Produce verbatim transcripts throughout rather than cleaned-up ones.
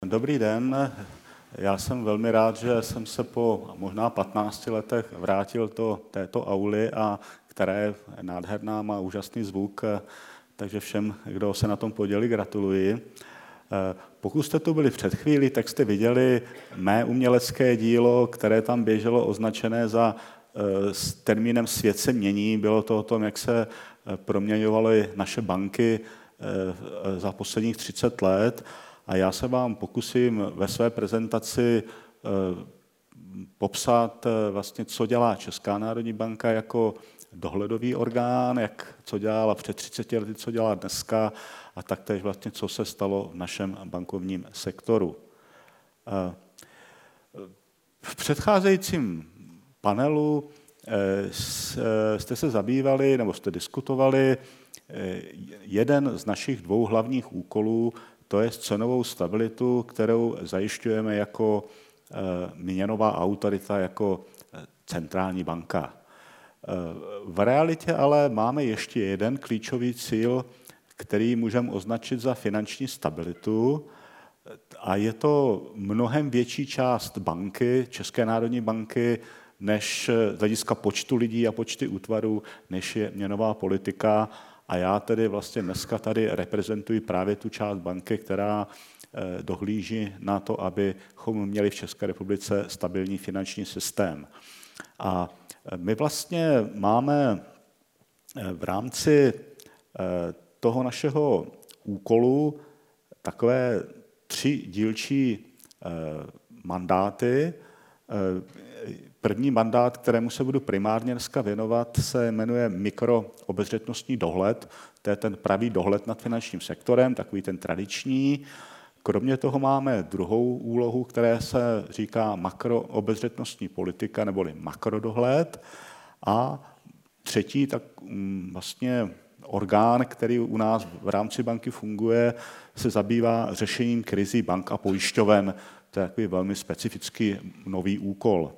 Dobrý den. Já jsem velmi rád, že jsem se po možná patnácti letech vrátil do této auly, a která je nádherná, má úžasný zvuk, takže všem, kdo se na tom podělí, gratuluji. Pokud jste tu byli před chvílí, tak jste viděli mé umělecké dílo, které tam běželo označené za s termínem Svět se mění. Bylo to o tom, jak se proměňovaly naše banky za posledních třicet let. A já se vám pokusím ve své prezentaci popsat vlastně, co dělá Česká národní banka jako dohledový orgán, jak co dělala před třiceti lety, co dělá dneska, a taktéž vlastně, co se stalo v našem bankovním sektoru. V předcházejícím panelu jste se zabývali, nebo jste diskutovali jeden z našich dvou hlavních úkolů, to je cenovou stabilitu, kterou zajišťujeme jako měnová autorita, jako centrální banka. V realitě ale máme ještě jeden klíčový cíl, který můžeme označit za finanční stabilitu, a je to mnohem větší část banky, České národní banky, než z hlediska počtu lidí a počty útvarů, než je měnová politika. A já tedy vlastně dneska tady reprezentuji právě tu část banky, která dohlíží na to, abychom měli v České republice stabilní finanční systém. A my vlastně máme v rámci toho našeho úkolu takové tři dílčí mandáty. První mandát, kterému se budu primárně dneska věnovat, se jmenuje mikroobezřetnostní dohled. To je ten pravý dohled nad finančním sektorem, takový ten tradiční. Kromě toho máme druhou úlohu, která se říká makroobezřetnostní politika neboli makrodohled. A třetí, tak vlastně orgán, který u nás v rámci banky funguje, se zabývá řešením krizí bank a pojišťoven. To je takový velmi specifický nový úkol.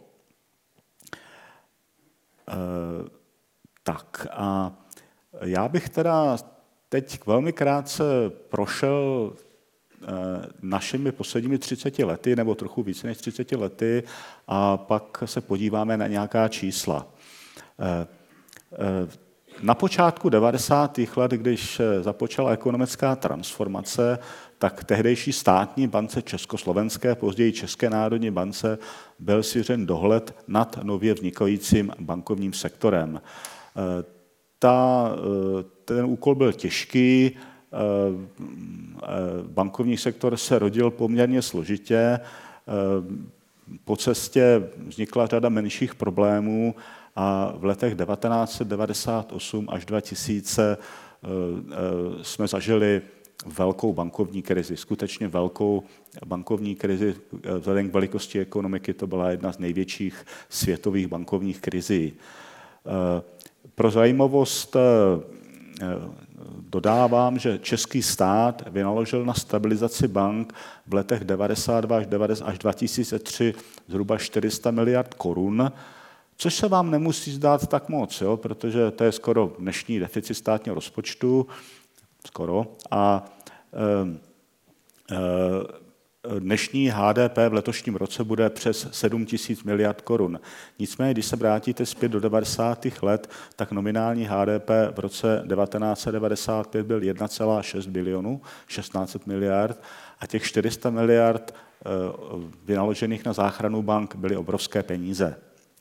E, tak a já bych teda teď velmi krátce prošel e, našimi posledními třiceti lety, nebo trochu více než třiceti lety, a pak se podíváme na nějaká čísla. E, e, Na počátku devadesátých let, když započala ekonomická transformace, tak tehdejší státní bance Československé, později České národní bance, byl svěřen dohled nad nově vznikajícím bankovním sektorem. Ta, ten úkol byl těžký, bankovní sektor se rodil poměrně složitě, po cestě vznikla řada menších problémů, a v letech devatenáct set devadesát osm až dva tisíce jsme zažili velkou bankovní krizi, skutečně velkou bankovní krizi. Vzhledem k velikosti ekonomiky to byla jedna z největších světových bankovních krizí. Pro zajímavost dodávám, že český stát vynaložil na stabilizaci bank v letech devadesát dva až dva tisíce tři zhruba čtyři sta miliard korun, což se vám nemusí zdát tak moc, jo, protože to je skoro dnešní deficit státního rozpočtu, skoro, a e, e, dnešní H D P v letošním roce bude přes sedm tisíc miliard korun. Nicméně, když se vrátíte zpět do devadesátých let, tak nominální H D P v roce devatenáct set devadesát pět byl jedna celá šest bilionu, šestnáct set miliard, a těch čtyři sta miliard e, vynaložených na záchranu bank byly obrovské peníze.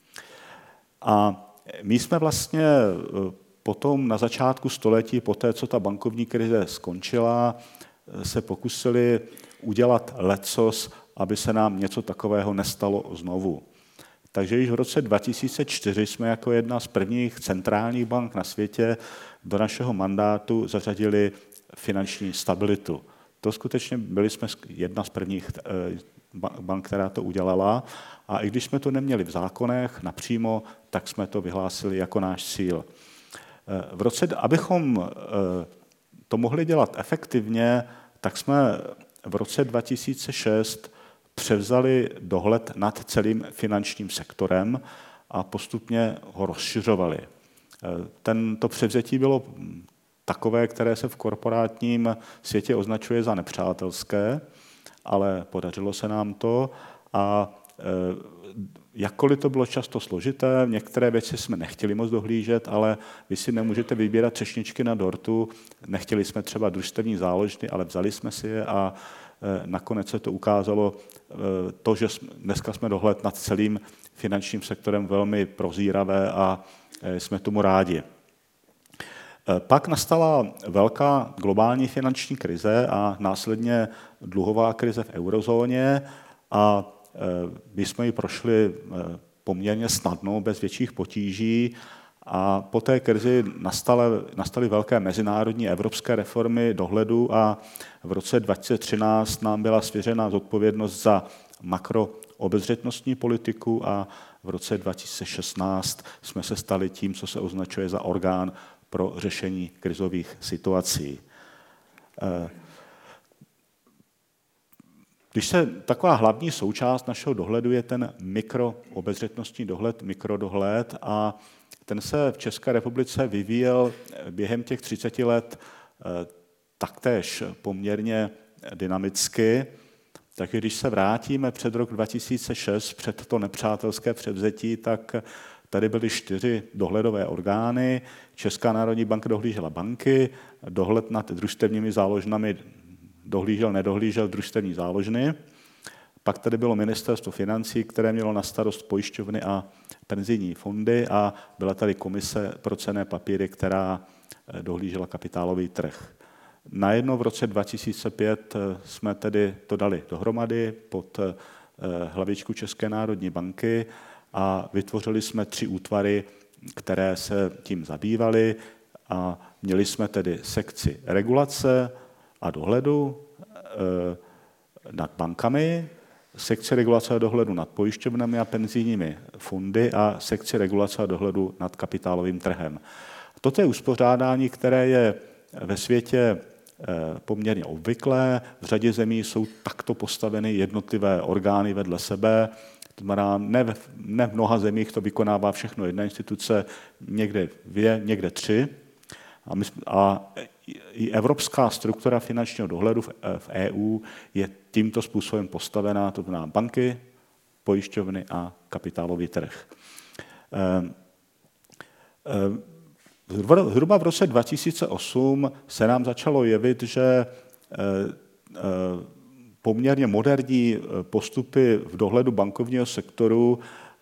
A my jsme vlastně potom na začátku století, po té, co ta bankovní krize skončila, se pokusili udělat lecos, aby se nám něco takového nestalo znovu. Takže již v roce dva tisíce čtyři jsme jako jedna z prvních centrálních bank na světě do našeho mandátu zařadili finanční stabilitu. To skutečně byli jsme jedna z prvních bank, která to udělala, a i když jsme to neměli v zákonech napřímo, tak jsme to vyhlásili jako náš cíl. V roce, abychom to mohli dělat efektivně, tak jsme v roce dva tisíce šest převzali dohled nad celým finančním sektorem a postupně ho rozšiřovali. Tento převzetí bylo takové, které se v korporátním světě označuje za nepřátelské, ale podařilo se nám to a jakkoliv to bylo často složité, některé věci jsme nechtěli moc dohlížet, ale vy si nemůžete vybírat třešničky na dortu. Nechtěli jsme třeba družstevní záložny, ale vzali jsme si je a nakonec se to ukázalo to, že dneska jsme dohled nad celým finančním sektorem velmi prozíravé a jsme tomu rádi. Pak nastala velká globální finanční krize a následně dluhová krize v eurozóně a my jsme ji prošli poměrně snadno, bez větších potíží a po té krizi nastaly, nastaly velké mezinárodní evropské reformy dohledu a v roce dva tisíce třináct nám byla svěřena zodpovědnost za makroobezřetnostní politiku a v roce dva tisíce šestnáct jsme se stali tím, co se označuje za orgán pro řešení krizových situací. Když se taková hlavní součást našeho dohledu je ten mikroobezřetnostní dohled, mikrodohled a ten se v České republice vyvíjel během těch třiceti let taktéž poměrně dynamicky. Takže když se vrátíme před rok dva tisíce šest, před to nepřátelské převzetí, tak tady byly čtyři dohledové orgány. Česká národní banka dohlížela banky, dohled nad družstevními záložnami dohlížel, nedohlížel družstevní záložny. Pak tady bylo ministerstvo financí, které mělo na starost pojišťovny a penzijní fondy a byla tady komise pro cenné papíry, která dohlížela kapitálový trh. Najednou v roce dva tisíce pět jsme tedy to dali dohromady pod hlavičku České národní banky a vytvořili jsme tři útvary, které se tím zabývaly a měli jsme tedy sekci regulace a dohledu nad bankami, sekci regulace a dohledu nad pojišťovnami a penzijními fondy a sekci regulace a dohledu nad kapitálovým trhem. Toto je uspořádání, které je ve světě poměrně obvyklé. V řadě zemí jsou takto postaveny jednotlivé orgány vedle sebe. To znamená, ne v, ne v mnoha zemích to vykonává všechno jedna instituce, někde dvě, někde tři. A, my, a i evropská struktura finančního dohledu v, v E U je tímto způsobem postavená, to znamená banky, pojišťovny a kapitálový trh. Zhruba v roce dva tisíce osm se nám začalo jevit, že poměrně moderní postupy v dohledu bankovního sektoru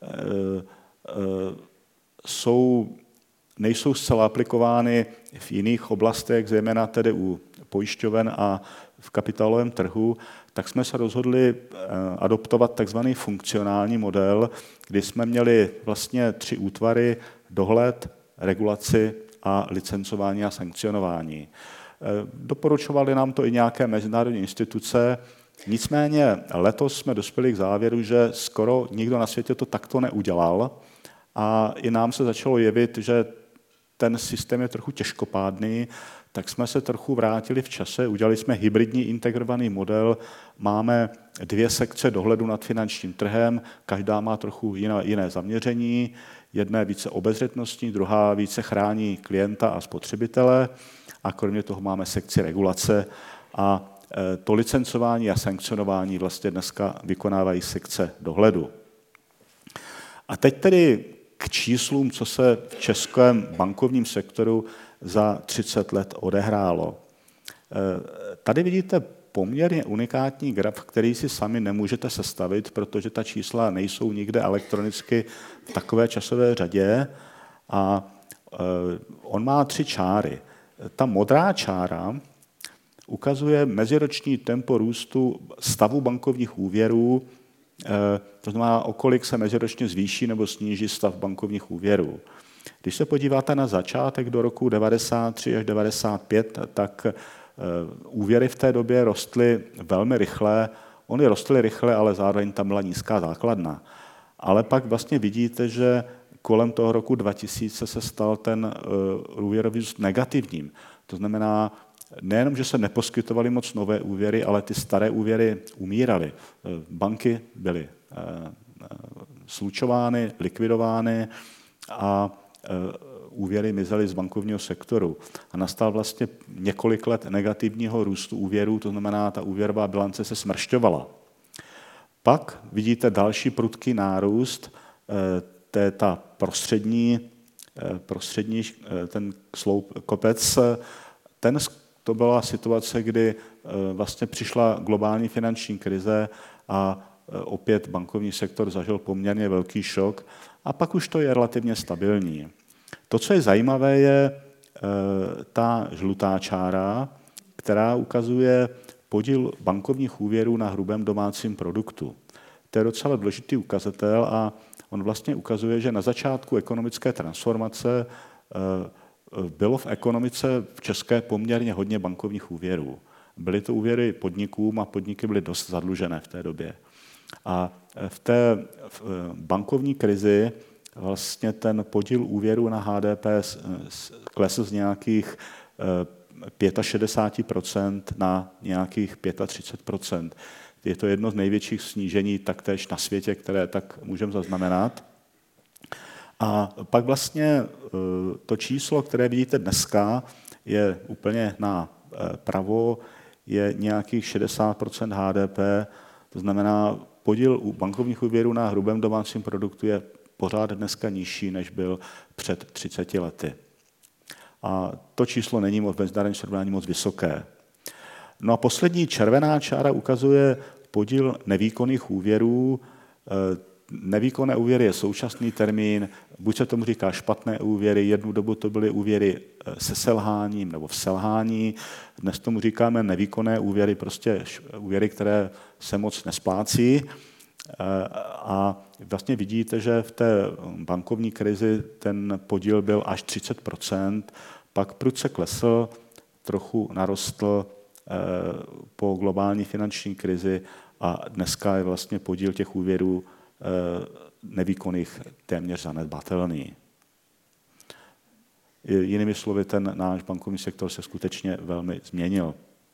jsou, nejsou zcela aplikovány v jiných oblastech, zejména tedy u pojišťoven a v kapitálovém trhu, tak jsme se rozhodli adoptovat takzvaný funkcionální model, kdy jsme měli vlastně tři útvary: dohled, regulaci a licencování a sankcionování. Doporučovali nám to i nějaké mezinárodní instituce, nicméně letos jsme dospěli k závěru, že skoro nikdo na světě to takto neudělal a i nám se začalo jevit, že ten systém je trochu těžkopádný, tak jsme se trochu vrátili v čase, udělali jsme hybridní integrovaný model, máme dvě sekce dohledu nad finančním trhem, každá má trochu jiné, jiné zaměření, jedna je více obezřetnostní, druhá více chrání klienta a spotřebitele a kromě toho máme sekci regulace a to licencování a sankcionování vlastně dneska vykonávají sekce dohledu. A teď tedy k číslům, co se v českém bankovním sektoru za třicet let odehrálo. Tady vidíte poměrně unikátní graf, který si sami nemůžete sestavit, protože ta čísla nejsou nikde elektronicky v takové časové řadě a on má tři čáry. Ta modrá čára ukazuje meziroční tempo růstu stavu bankovních úvěrů, to znamená, o kolik se meziročně zvýší nebo sníží stav bankovních úvěrů. Když se podíváte na začátek do roku devadesát tři až devadesát pět, tak úvěry v té době rostly velmi rychle. Ony rostly rychle, ale zároveň tam byla nízká základna. Ale pak vlastně vidíte, že kolem toho roku dva tisíce se stal ten úvěrový růst negativním. To znamená, nejenom, že se neposkytovaly moc nové úvěry, ale ty staré úvěry umíraly. Banky byly slučovány, likvidovány a úvěry mizely z bankovního sektoru a nastal vlastně několik let negativního růstu úvěrů, to znamená, ta úvěrová bilance se smršťovala. Pak vidíte další prudký nárůst, to je ta prostřední, prostřední ten sloup, kopec. Ten, to byla situace, kdy vlastně přišla globální finanční krize a opět bankovní sektor zažil poměrně velký šok a pak už to je relativně stabilní. To, co je zajímavé, je ta žlutá čára, která ukazuje podíl bankovních úvěrů na hrubém domácím produktu. To je docela důležitý ukazatel a on vlastně ukazuje, že na začátku ekonomické transformace bylo v ekonomice v České poměrně hodně bankovních úvěrů. Byly to úvěry podnikům a podniky byly dost zadlužené v té době. A v té bankovní krizi vlastně ten podíl úvěru na H D P klesl z nějakých šedesát pět procent na nějakých třicet pět procent. Je to jedno z největších snížení taktéž na světě, které tak můžeme zaznamenat. A pak vlastně to číslo, které vidíte dneska, je úplně na pravo, je nějakých šedesát procent H D P, to znamená podíl bankovních úvěrů na hrubém domácím produktu je pořád dneska nižší, než byl před třiceti lety. A to číslo není moc v mezinárodním srovnání moc vysoké. No a poslední červená čára ukazuje podíl nevýkonných úvěrů. Nevýkonné úvěry je současný termín, buď se tomu říká špatné úvěry, jednu dobu to byly úvěry se selháním nebo v selhání, dnes tomu říkáme nevýkonné úvěry, prostě úvěry, které se moc nesplácí. A vlastně vidíte, že v té bankovní krizi ten podíl byl až třicet procent, pak prudce klesl, trochu narostl po globální finanční krizi a dneska je vlastně podíl těch úvěrů nevýkonných téměř zanedbatelný. Jinými slovy, ten náš bankovní sektor se skutečně velmi změnil.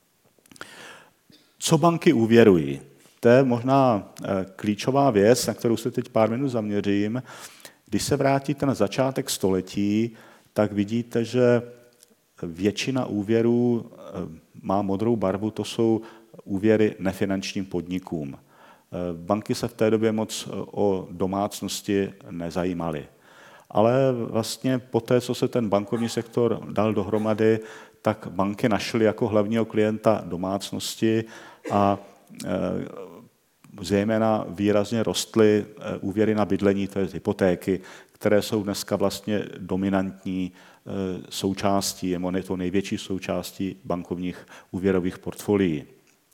Co banky úvěrují? To je možná klíčová věc, na kterou se teď pár minut zaměřím. Když se vrátíte na začátek století, tak vidíte, že většina úvěrů má modrou barvu, to jsou úvěry nefinančním podnikům. Banky se v té době moc o domácnosti nezajímaly. Ale vlastně po té, co se ten bankovní sektor dal dohromady, tak banky našly jako hlavního klienta domácnosti a zejména výrazně rostly úvěry na bydlení, to je hypotéky, které jsou dneska vlastně dominantní součástí, je to největší součástí bankovních úvěrových portfolií.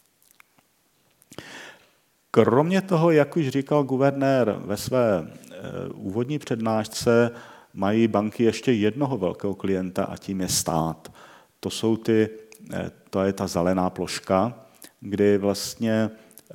Kromě toho, jak už říkal guvernér ve své úvodní přednášce, mají banky ještě jednoho velkého klienta a tím je stát. To jsou ty, to je ta zelená ploška, kdy vlastně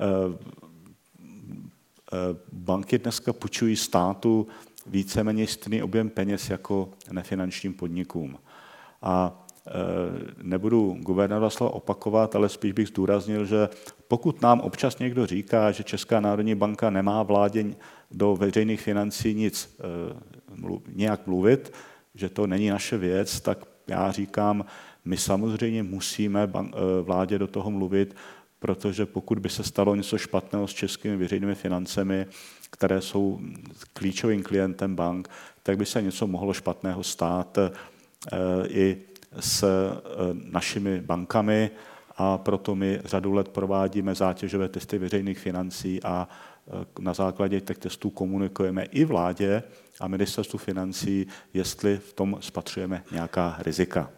banky dneska půjčují státu víceméně stejný objem peněz jako nefinančním podnikům. A nebudu guvernéra slova opakovat, ale spíš bych zdůraznil, že pokud nám občas někdo říká, že Česká národní banka nemá vládě do veřejných financí nic nějak mluvit, že to není naše věc, tak já říkám, my samozřejmě musíme vládě do toho mluvit, protože pokud by se stalo něco špatného s českými veřejnými financemi, které jsou klíčovým klientem bank, tak by se něco mohlo špatného stát i s našimi bankami a proto my řadu let provádíme zátěžové testy veřejných financí a na základě těch testů komunikujeme i vládě a ministerstvu financí, jestli v tom spatřujeme nějaká rizika.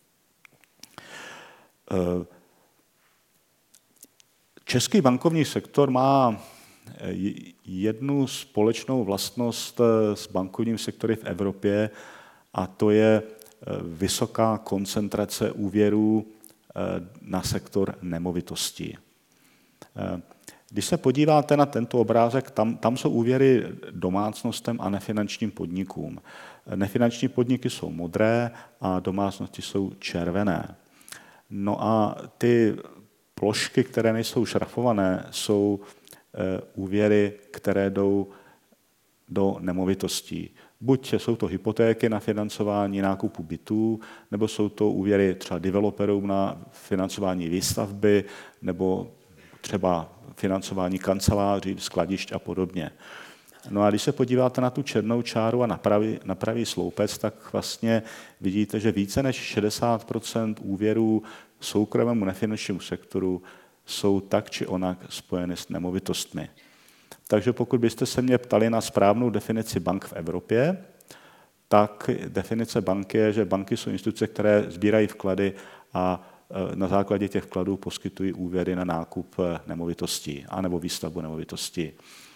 Český bankovní sektor má jednu společnou vlastnost s bankovním sektory v Evropě a to je vysoká koncentrace úvěrů na sektor nemovitostí. Když se podíváte na tento obrázek, tam, tam jsou úvěry domácnostem a nefinančním podnikům. Nefinanční podniky jsou modré a domácnosti jsou červené. No a ty plošky, které nejsou šrafované, jsou úvěry, které jdou do nemovitostí. Buď jsou to hypotéky na financování nákupu bytů, nebo jsou to úvěry třeba developerům na financování výstavby, nebo třeba financování kanceláří, skladišť a podobně. No a když se podíváte na tu černou čáru a na pravý, na pravý sloupec, tak vlastně vidíte, že více než šedesát procent úvěrů soukromému nefinančnímu sektoru jsou tak či onak spojeny s nemovitostmi. Takže pokud byste se mě ptali na správnou definici bank v Evropě, tak definice banky je, že banky jsou instituce, které sbírají vklady a na základě těch vkladů poskytují úvěry na nákup nemovitostí anebo výstavbu nemovitostí.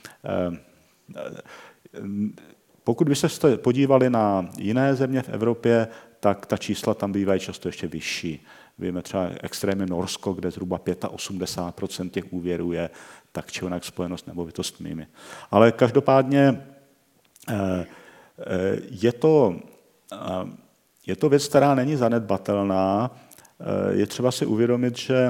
Pokud byste se podívali na jiné země v Evropě, tak ta čísla tam bývají často ještě vyšší. Víme třeba extrémně Norsko, kde zhruba osmdesát pět procent těch úvěrů je tak či onak spojeno s nemovitostmi. Ale každopádně je to, je to věc, která není zanedbatelná. Je třeba si uvědomit, že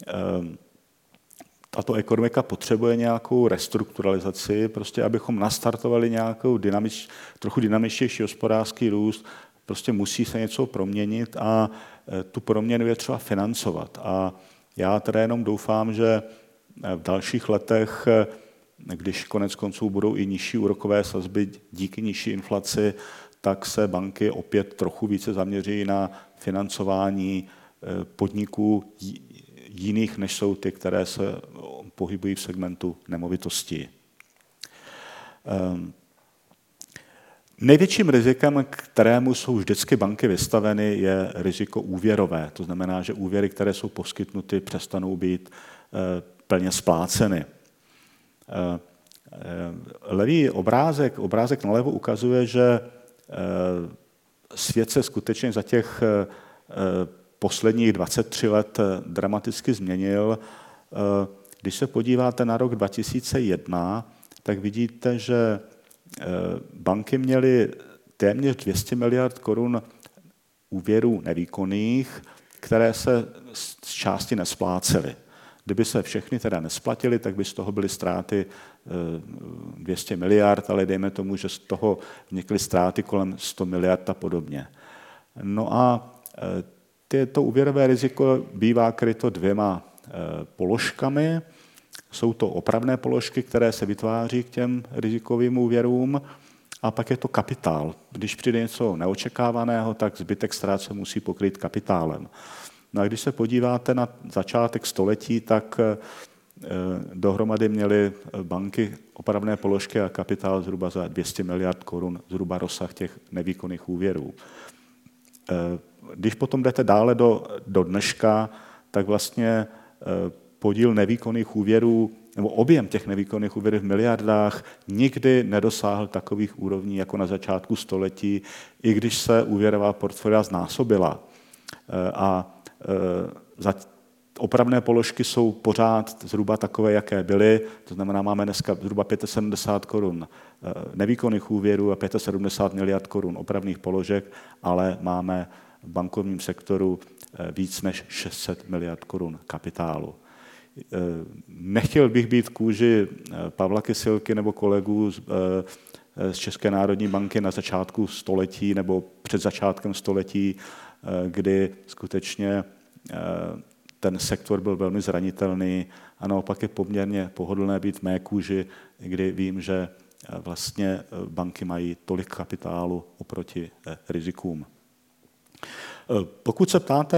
tato ekonomika potřebuje nějakou restrukturalizaci, prostě abychom nastartovali nějakou dynamič, trochu dynamičtější hospodářský růst, prostě musí se něco proměnit a tu proměnu je třeba financovat. A já teda jenom doufám, že v dalších letech, když konec konců budou i nižší úrokové sazby díky nižší inflaci, tak se banky opět trochu více zaměří na financování podniků jiných, než jsou ty, které se pohybují v segmentu nemovitostí. Největším rizikem, kterému jsou vždycky banky vystaveny, je riziko úvěrové. To znamená, že úvěry, které jsou poskytnuty, přestanou být plně spláceny. Levý obrázek, obrázek nalevo ukazuje, že svět se skutečně za těch posledních dvacet tři let dramaticky změnil. Když se podíváte na rok dva tisíce jedna, tak vidíte, že banky měly téměř dvě stě miliard korun úvěrů nevýkonných, které se z části nesplácely. Kdyby se všechny teda nesplatily, tak by z toho byly ztráty dvě stě miliard, ale dejme tomu, že z toho vznikly ztráty kolem sto miliard a podobně. No a to úvěrové riziko bývá kryto dvěma položkami. Jsou to opravné položky, které se vytváří k těm rizikovým úvěrům, a pak je to kapitál. Když přijde něco neočekávaného, tak zbytek ztrát se musí pokrýt kapitálem. No a když se podíváte na začátek století, tak dohromady měly banky opravné položky a kapitál zhruba za dvě stě miliard korun, zhruba rozsah těch nevýkonných úvěrů. Když potom jdete dále do, do dneška, tak vlastně podíl nevýkonných úvěrů, nebo objem těch nevýkonných úvěrů v miliardách nikdy nedosáhl takových úrovní jako na začátku století, i když se úvěrová portfolia znásobila. A opravné položky jsou pořád zhruba takové, jaké byly, to znamená, máme dneska zhruba sedmdesát pět korun nevýkonných úvěrů a sedmdesát pět miliard korun opravných položek, ale máme v bankovním sektoru víc než šest set miliard korun kapitálu. Nechtěl bych být v kůži Pavla Kysilky nebo kolegů z, z České národní banky na začátku století nebo před začátkem století, kdy skutečně ten sektor byl velmi zranitelný a naopak je poměrně pohodlné být v mé kůži, kdy vím, že vlastně banky mají tolik kapitálu oproti rizikům. Pokud se ptáte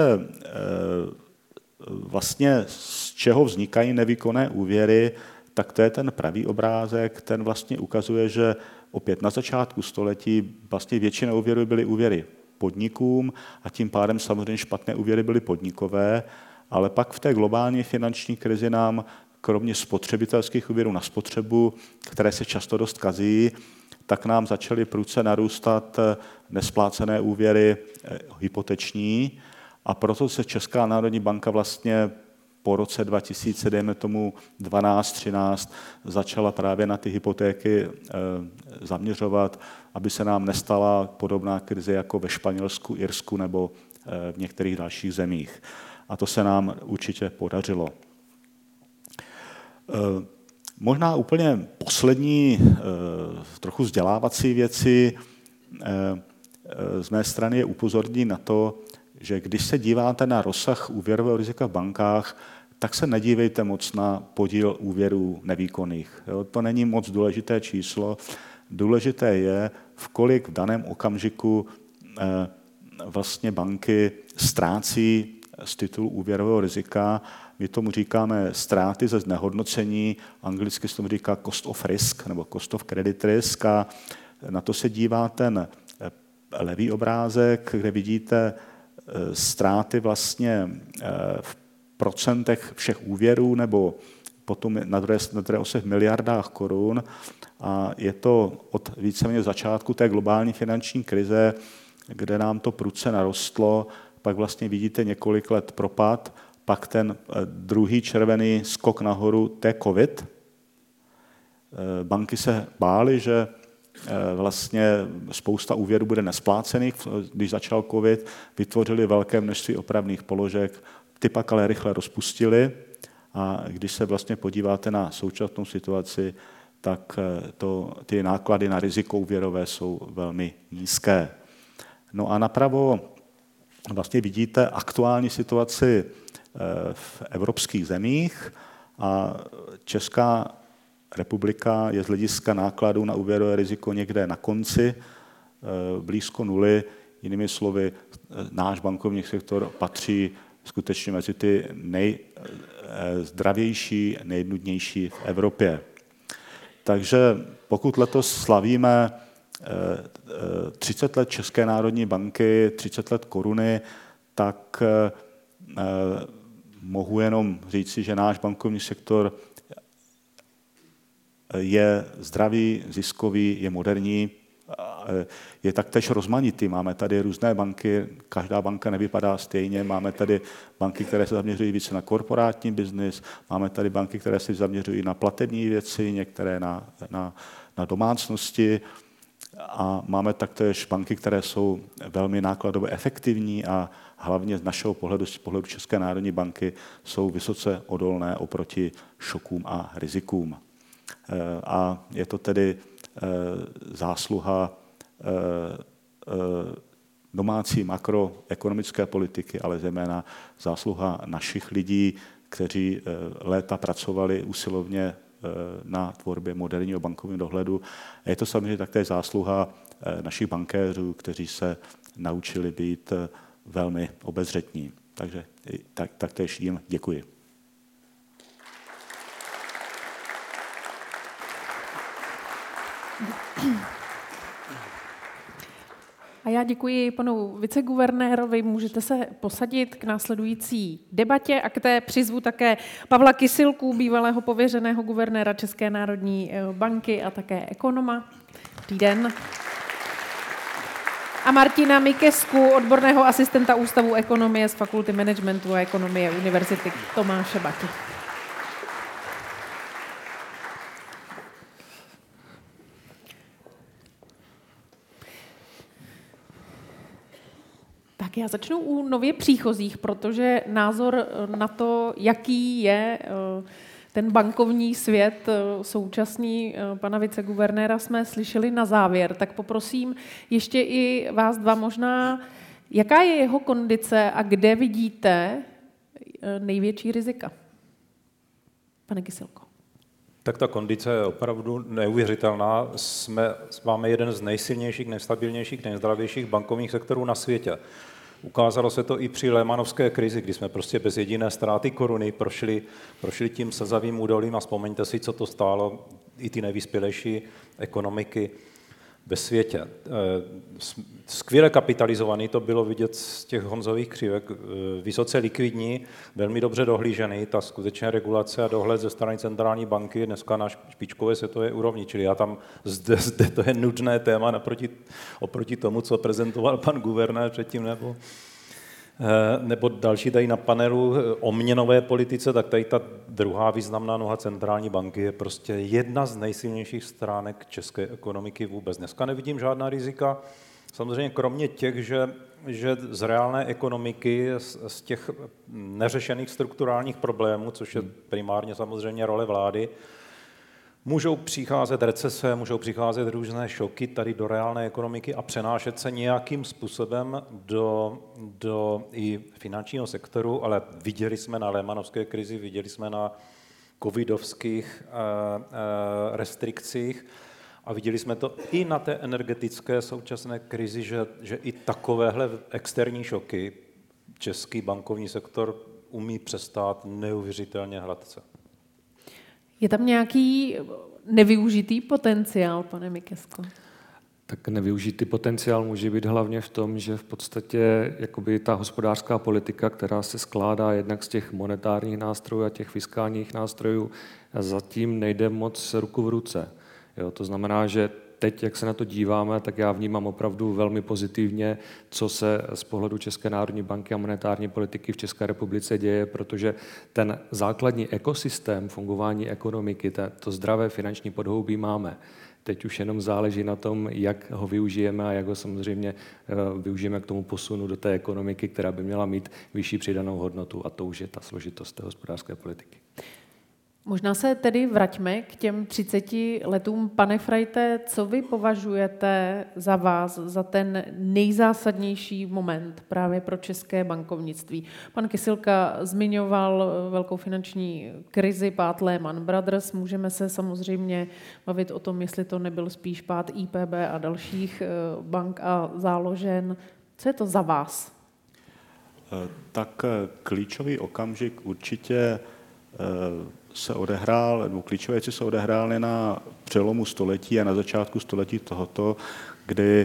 vlastně, z čeho vznikají nevýkonné úvěry, tak to je ten pravý obrázek, ten vlastně ukazuje, že opět na začátku století vlastně většina úvěrů byly úvěry podnikům a tím pádem samozřejmě špatné úvěry byly podnikové, ale pak v té globální finanční krizi nám kromě spotřebitelských úvěrů na spotřebu, které se často dost kazí, tak nám začaly prudce narůstat nesplácené úvěry hypoteční a proto se Česká národní banka vlastně po roce dva tisíce, dejme tomu dvanáct třináct, začala právě na ty hypotéky zaměřovat, aby se nám nestala podobná krize jako ve Španělsku, Irsku nebo v některých dalších zemích. A to se nám určitě podařilo. Možná úplně poslední trochu vzdělávací věci. z mé strany je upozornění na to, že když se díváte na rozsah úvěrového rizika v bankách, tak se nedívejte moc na podíl úvěrů nevýkonných. Jo, to není moc důležité číslo. Důležité je, v kolik v daném okamžiku eh, vlastně banky ztrácí z titulu úvěrového rizika. My tomu říkáme ztráty ze znehodnocení, anglicky se tomu říká cost of risk nebo cost of credit risk, a na to se dívá ten levý obrázek, kde vidíte ztráty vlastně v procentech všech úvěrů nebo potom na druhé, na druhé ose v miliardách korun, a je to od víceméně začátku té globální finanční krize, kde nám to prudce narostlo, pak vlastně vidíte několik let propad, pak ten druhý červený skok nahoru, to je COVID. Banky se bály, že vlastně spousta úvěrů bude nesplácených, když začal COVID, vytvořili velké množství opravných položek, ty pak ale rychle rozpustili, a když se vlastně podíváte na současnou situaci, tak to, ty náklady na riziko úvěrové jsou velmi nízké. No a napravo vlastně vidíte aktuální situaci v evropských zemích, a Česká republika je z hlediska nákladů na úvěrové riziko někde na konci, blízko nuly. Jinými slovy, náš bankovní sektor patří skutečně mezi ty nejzdravější, nejnudnější v Evropě. Takže pokud letos slavíme třicet let České národní banky, třicet let koruny, tak mohu jenom říci, že náš bankovní sektor je zdravý, ziskový, je moderní, je taktéž rozmanitý. Máme tady různé banky, každá banka nevypadá stejně, máme tady banky, které se zaměřují více na korporátní biznis, máme tady banky, které se zaměřují na platební věci, některé na, na, na domácnosti, a máme taktéž banky, které jsou velmi nákladově efektivní a hlavně z našeho pohledu, z pohledu České národní banky, jsou vysoce odolné oproti šokům a rizikům. A je to tedy zásluha domácí makroekonomické politiky, ale zejména zásluha našich lidí, kteří léta pracovali usilovně na tvorbě moderního bankovního dohledu. A je to samozřejmě také zásluha našich bankéřů, kteří se naučili být velmi obezřetní. Takže tak, taktéž jim děkuji. A já děkuji panu viceguvernérovi, můžete se posadit k následující debatě, a k té přizvu také Pavla Kysilku, bývalého pověřeného guvernéra České národní banky a také ekonoma. Dobrý den. A Martina Mikesku, odborného asistenta Ústavu ekonomie z Fakulty managementu a ekonomie Univerzity Tomáše Bati. Tak já začnu u nově příchozích, protože názor na to, jaký je ten bankovní svět současný pana viceguvernéra, jsme slyšeli na závěr. Tak poprosím ještě i vás dva možná, jaká je jeho kondice a kde vidíte největší rizika? Pane Kysilko. Tak ta kondice je opravdu neuvěřitelná. Jsme, máme jeden z nejsilnějších, nejstabilnějších, nejzdravějších bankovních sektorů na světě. Ukázalo se to i při lehmanovské krizi, kdy jsme prostě bez jediné ztráty koruny prošli, prošli tím slzavým údolím, a vzpomeňte si, co to stálo i ty nejvyspělejší ekonomiky ve světě. Skvěle kapitalizovaný, to bylo vidět z těch Honzových křivek, vysoce likvidní, velmi dobře dohlížený, ta skutečně regulace a dohled ze strany centrální banky je dneska na špičkové světové úrovni, čili já tam zde, zde to je nudné téma naproti, oproti tomu, co prezentoval pan guvernér předtím, nebo nebo další tady na panelu o měnové politice, tak tady ta druhá významná noha centrální banky je prostě jedna z nejsilnějších stránek české ekonomiky vůbec. Dneska nevidím žádná rizika, samozřejmě kromě těch, že, že z reálné ekonomiky, z, z těch neřešených strukturálních problémů, což je primárně samozřejmě role vlády, Můžou přicházet recese, můžou přicházet různé šoky tady do reálné ekonomiky a přenášet se nějakým způsobem do, do i finančního sektoru, ale viděli jsme na lehmanovské krizi, viděli jsme na covidovských uh, uh, restrikcích a viděli jsme to i na té energetické současné krizi, že, že i takovéhle externí šoky český bankovní sektor umí přestát neuvěřitelně hladce. Je tam nějaký nevyužitý potenciál, pane Mikesko? Tak nevyužitý potenciál může být hlavně v tom, že v podstatě jakoby ta hospodářská politika, která se skládá jednak z těch monetárních nástrojů a těch fiskálních nástrojů, zatím nejde moc ruku v ruce. Jo, to znamená, že teď, jak se na to díváme, tak já vnímám opravdu velmi pozitivně, co se z pohledu České národní banky a monetární politiky v České republice děje, protože ten základní ekosystém fungování ekonomiky, to zdravé finanční podhoubí máme. Teď už jenom záleží na tom, jak ho využijeme a jak ho samozřejmě využijeme k tomu posunu do té ekonomiky, která by měla mít vyšší přidanou hodnotu, a to už je ta složitost té hospodářské politiky. Možná se tedy vraťme k těm třiceti letům. Pane Frajte, co vy považujete za vás za ten nejzásadnější moment právě pro české bankovnictví? Pan Kysilka zmiňoval velkou finanční krizi, pád Lehman Brothers. Můžeme se samozřejmě bavit o tom, jestli to nebyl spíš pád I P B a dalších bank a záložen. Co je to za vás? Tak klíčový okamžik určitě se odehrál, nebo klíčové věci se odehrály na přelomu století a na začátku století tohoto, kdy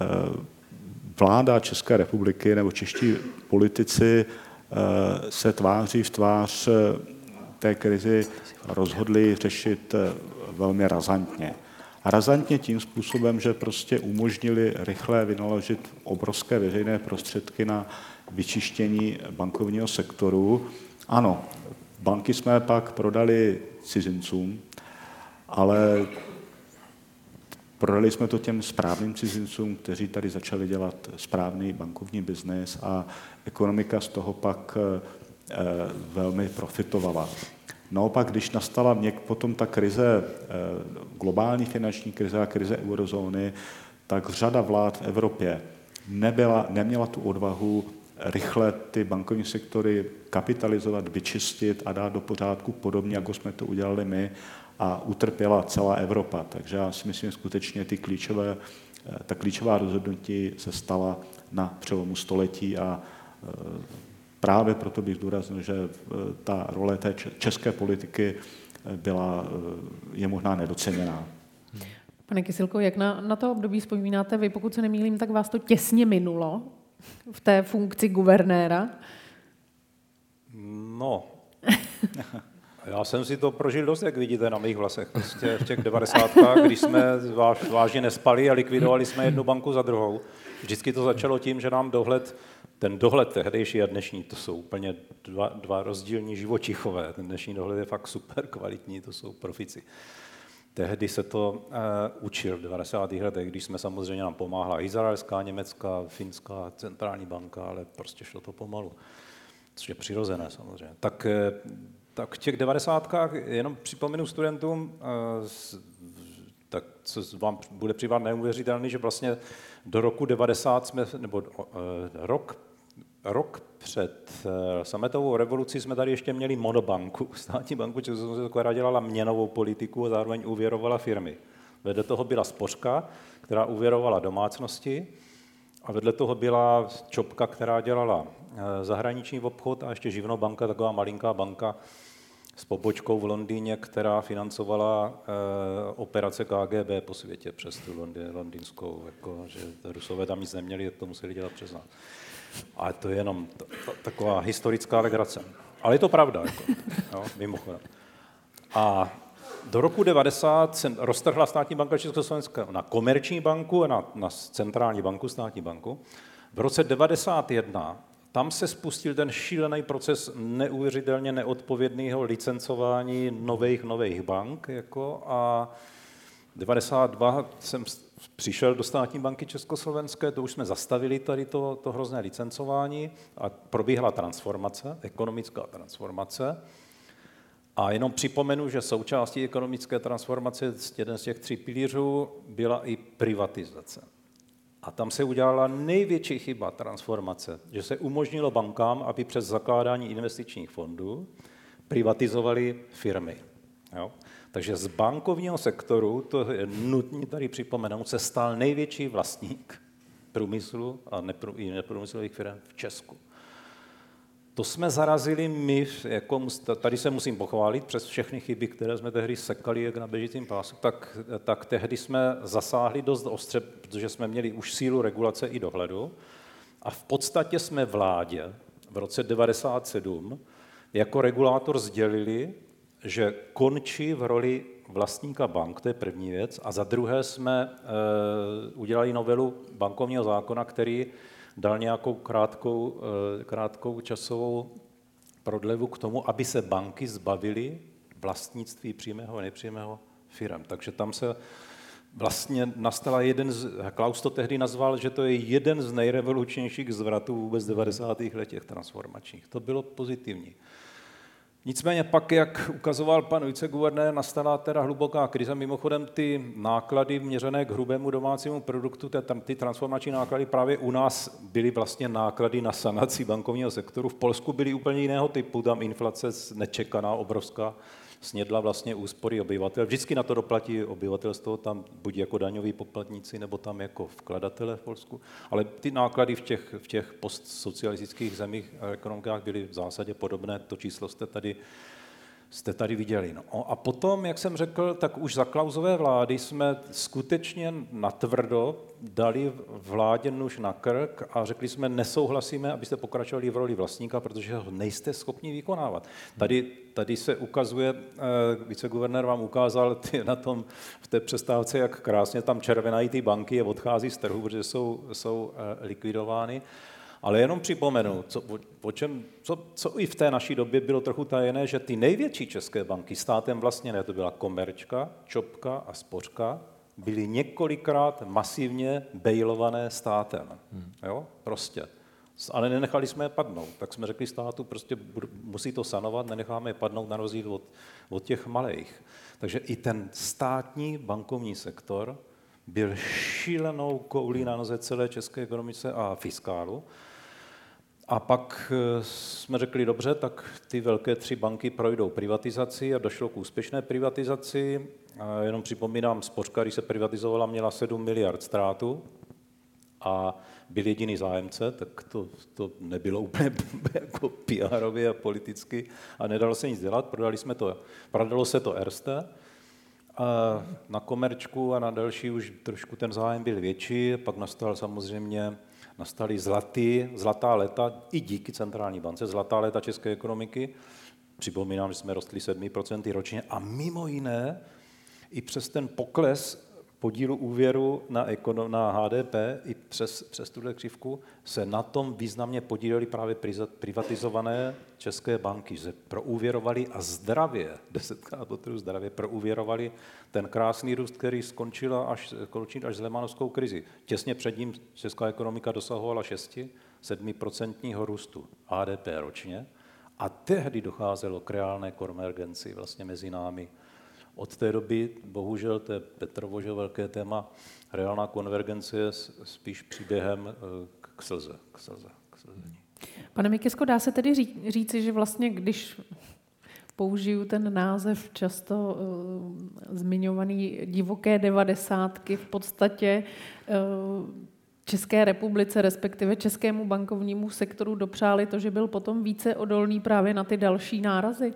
vláda České republiky nebo čeští politici se tváří v tvář té krizi rozhodli řešit velmi razantně. A razantně tím způsobem, že prostě umožnili rychle vynaložit obrovské veřejné prostředky na vyčištění bankovního sektoru. Ano, banky jsme pak prodali cizincům, ale prodali jsme to těm správným cizincům, kteří tady začali dělat správný bankovní biznes a ekonomika z toho pak velmi profitovala. Naopak, když nastala měk potom ta krize, globální finanční krize a krize eurozóny, tak řada vlád v Evropě nebyla, neměla tu odvahu rychle ty bankovní sektory kapitalizovat, vyčistit a dát do pořádku podobně, jako jsme to udělali my, a utrpěla celá Evropa. Takže já si myslím, že skutečně ty klíčové, ta klíčová rozhodnutí se stala na přelomu století a právě proto bych zdůraznil, že ta role té české politiky byla, je možná nedoceněná. Pane Kysilko, jak na, na to období vzpomínáte vy? Pokud se nemýlím, tak vás to těsně minulo v té funkci guvernéra. No, já jsem si to prožil dost, jak vidíte na mých vlasech. Prostě v těch devadesátkách, když jsme váž, vážně nespali a likvidovali jsme jednu banku za druhou. Vždycky to začalo tím, že nám dohled, ten dohled tehdejší a dnešní, to jsou úplně dva, dva rozdílní živočichové. Ten dnešní dohled je fakt super kvalitní, to jsou profici. Tehdy se to uh, učil v devadesátých letech, když jsme samozřejmě nám pomáhala izraelská, německá, finská centrální banka, ale prostě šlo to pomalu. Což je přirozené samozřejmě. Tak, tak v těch devadesátkách jenom připomenu studentům, tak co vám bude připadat neuvěřitelný, že vlastně do roku devadesát jsme, nebo rok, rok před sametovou revolucí jsme tady ještě měli monobanku, státní banku, která dělala měnovou politiku a zároveň úvěrovala firmy. Vedle toho byla spořka, která úvěrovala domácnosti, a vedle toho byla Čopka, která dělala zahraniční obchod, a ještě Živno banka, taková malinká banka s pobočkou v Londýně, která financovala eh, operace K G B po světě přes tu londýnskou, jako, že Rusové tam nic neměli, to museli dělat přes nás. Ale to je jenom t- t- taková historická legrace. Ale je to pravda, jako, jo, mimochodem. A do roku devadesát se roztrhla státní banka Československa na komerční banku a na, na centrální banku, státní banku. V roce devadesát jedna tam se spustil ten šílený proces neuvěřitelně neodpovědného licencování nových nových bank. Jako, a devadesát dva jsem přišel do státní banky Československé, to už jsme zastavili tady to, to hrozné licencování a probíhala transformace, ekonomická transformace. A jenom připomenu, že součástí ekonomické transformace, jeden z těch tří pilířů, byla i privatizace. A tam se udělala největší chyba transformace, že se umožnilo bankám, aby přes zakládání investičních fondů privatizovali firmy. Jo? Takže z bankovního sektoru, to je nutné tady připomenout, se stal největší vlastník průmyslu a nepr- i neprůmyslových firm v Česku. To jsme zarazili my, jako, tady se musím pochválit, přes všechny chyby, které jsme tehdy sekali jak na běžícím pásu, tak, tak tehdy jsme zasáhli dost ostře, protože jsme měli už sílu regulace i dohledu a v podstatě jsme vládě v roce devadesát sedm jako regulátor sdělili, že končí v roli vlastníka bank, to je první věc, a za druhé jsme e, udělali novelu bankovního zákona, který dal nějakou krátkou, krátkou časovou prodlevu k tomu, aby se banky zbavily vlastnictví přímého a nepřímého firem. Takže tam se vlastně nastala jeden z, Klaus to tehdy nazval, že to je jeden z nejrevolučnějších zvratů vůbec devadesátých let těch transformačních. To bylo pozitivní. Nicméně pak, jak ukazoval pan viceguvernér, nastala teda hluboká krize. Mimochodem ty náklady měřené k hrubému domácímu produktu, ty transformační náklady právě u nás byly vlastně náklady na sanaci bankovního sektoru. V Polsku byly úplně jiného typu, tam inflace nečekaná, obrovská, snědla vlastně úspory obyvatel. Vždycky na to doplatí obyvatelstvo, tam buď jako daňoví poplatníci, nebo tam jako vkladatelé v Polsku. Ale ty náklady v těch, v těch postsocialistických zemích a ekonomikách byly v zásadě podobné. To číslo jste tady, jste tady viděli. No. A potom, jak jsem řekl, tak už za Klausové vlády jsme skutečně natvrdo dali vládě nůž na krk a řekli jsme, nesouhlasíme, abyste pokračovali v roli vlastníka, protože ho nejste schopni vykonávat. Tady, tady se ukazuje, viceguvernér vám ukázal ty, na tom v té přestávce, jak krásně tam červenají ty banky a odchází z trhu, protože jsou, jsou likvidovány. Ale jenom připomenu, co, o čem, co, co i v té naší době bylo trochu tajené, že ty největší české banky, státem vlastně ne, to byla Komerčka, Čopka a Spořka, byly několikrát masivně bejlované státem. Hmm. Jo? Prostě. Ale nenechali jsme je padnout. Tak jsme řekli státu, prostě musí to sanovat, nenecháme je padnout na rozdíl od, od těch malých. Takže i ten státní bankovní sektor byl šílenou koulí na noze celé české ekonomice a fiskálu. A pak jsme řekli, dobře, tak ty velké tři banky projdou privatizaci a došlo k úspěšné privatizaci. A jenom připomínám, Spořka, když se privatizovala, měla sedm miliard ztrátu a byl jediný zájemce, tak to, to nebylo úplně jako P R ově a politicky a nedalo se nic dělat, prodali jsme to, prodalo se to Erste. A na Komerčku a na další už trošku ten zájem byl větší, pak nastal samozřejmě, nastaly zlatý, zlatá léta, i díky centrální bance, zlatá léta české ekonomiky. Připomínám, že jsme rostli sedm procent ročně a mimo jiné i přes ten pokles podílu úvěru na, ekonom, na H D P, i přes, přes tuhle křivku, se na tom významně podílely právě privatizované české banky, že proúvěrovali a zdravě, desetkrát potrhu zdravě, proúvěrovali ten krásný růst, který skončila až, skončil až s lemanovskou krizi. Těsně před ním česká ekonomika dosahovala šest sedm procent růstu H D P ročně a tehdy docházelo k reálné konvergenci vlastně mezi námi. Od té doby, bohužel, to je Petrovo, že velké téma, reálná konvergence je spíš příběhem k slze. K slze, k slzení. Pane Mikisko, dá se tedy říci, že vlastně, když použiju ten název často uh, zmiňovaný divoké devadesátky, v podstatě uh, České republice, respektive českému bankovnímu sektoru dopřáli to, že byl potom více odolný právě na ty další nárazy?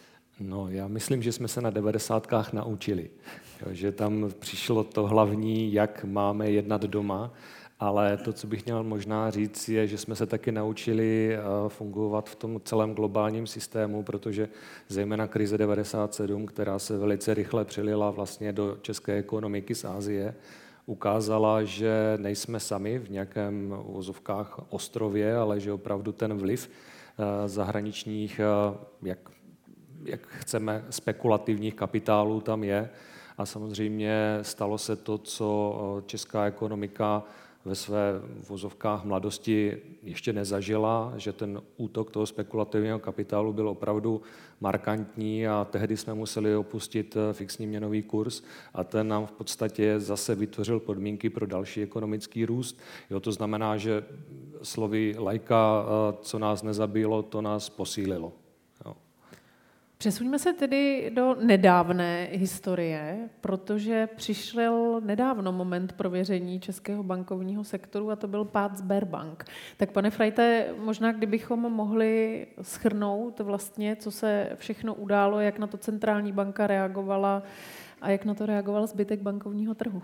No, já myslím, že jsme se na devadesátkách naučili, jo, že tam přišlo to hlavní, jak máme jednat doma, ale to, co bych měl možná říct, je, že jsme se taky naučili fungovat v tom celém globálním systému, protože zejména krize devadesát sedm, která se velice rychle přelila vlastně do české ekonomiky z Asie, ukázala, že nejsme sami v nějakém uvozovkách ostrově, ale že opravdu ten vliv zahraničních, jak jak chceme, spekulativních kapitálů tam je. A samozřejmě stalo se to, co česká ekonomika ve své vozovkách mladosti ještě nezažila, že ten útok toho spekulativního kapitálu byl opravdu markantní a tehdy jsme museli opustit fixní měnový kurz a ten nám v podstatě zase vytvořil podmínky pro další ekonomický růst. Jo, to znamená, že slovy lajka, co nás nezabilo, to nás posílilo. Jo. Přesuňme se tedy do nedávné historie, protože přišel nedávno moment prověření českého bankovního sektoru a to byl pád Sberbank. Tak pane Frajte, možná kdybychom mohli shrnout vlastně, co se všechno událo, jak na to centrální banka reagovala a jak na to reagoval zbytek bankovního trhu.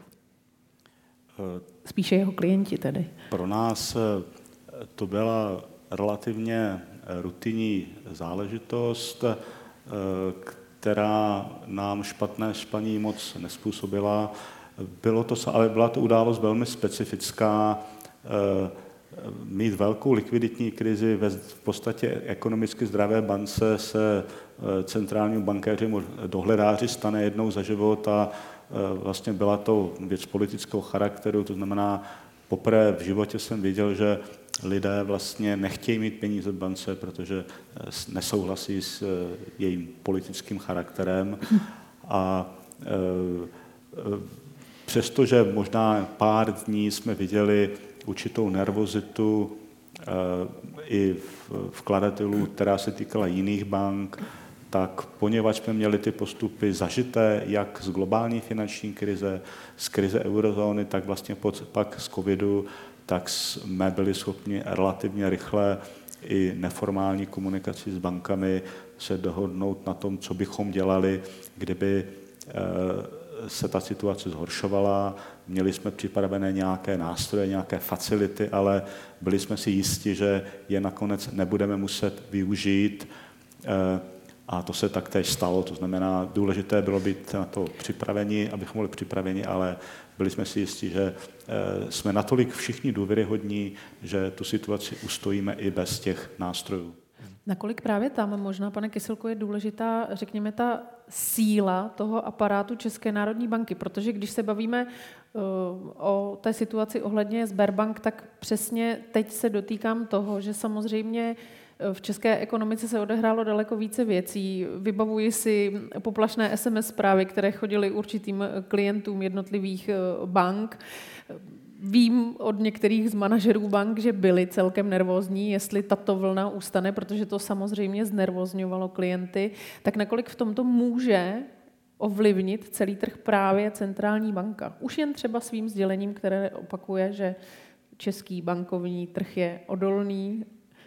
Spíše jeho klienti tedy. Pro nás to byla relativně rutinní záležitost, která nám špatné spaní moc nespůsobila. Bylo to, ale byla to událost velmi specifická. Mít velkou likviditní krizi ve v podstatě ekonomicky zdravé bance se centrálnímu bankéři, dohledáři stane jednou za život a vlastně byla to věc politického charakteru, to znamená, poprvé v životě jsem viděl, že lidé vlastně nechtějí mít peníze v bance, protože nesouhlasí s jejím politickým charakterem. A přestože možná pár dní jsme viděli určitou nervozitu i vkladatelů, která se týkala jiných bank, tak poněvadž jsme měli ty postupy zažité jak z globální finanční krize, z krize eurozóny, tak vlastně pak z covidu, tak jsme byli schopni relativně rychle i neformální komunikaci s bankami se dohodnout na tom, co bychom dělali, kdyby se ta situace zhoršovala. Měli jsme připravené nějaké nástroje, nějaké facility, ale byli jsme si jisti, že je nakonec nebudeme muset využít. A to se taktéž stalo, to znamená, důležité bylo být na to připraveni, abychom byli připraveni, ale byli jsme si jistí, že jsme natolik všichni důvěryhodní, že tu situaci ustojíme i bez těch nástrojů. Nakolik právě tam možná, pane Kysilko, je důležitá, řekněme, ta síla toho aparátu České národní banky, protože když se bavíme uh, o té situaci ohledně Sberbank, tak přesně teď se dotýkám toho, že samozřejmě v české ekonomice se odehrálo daleko více věcí. Vybavuji si poplašné es em es zprávy, které chodily určitým klientům jednotlivých bank. Vím od některých z manažerů bank, že byli celkem nervózní, jestli tato vlna ustane, protože to samozřejmě znervozňovalo klienty. Tak nakolik v tomto může ovlivnit celý trh právě centrální banka? Už jen třeba svým sdělením, které opakuje, že český bankovní trh je odolný.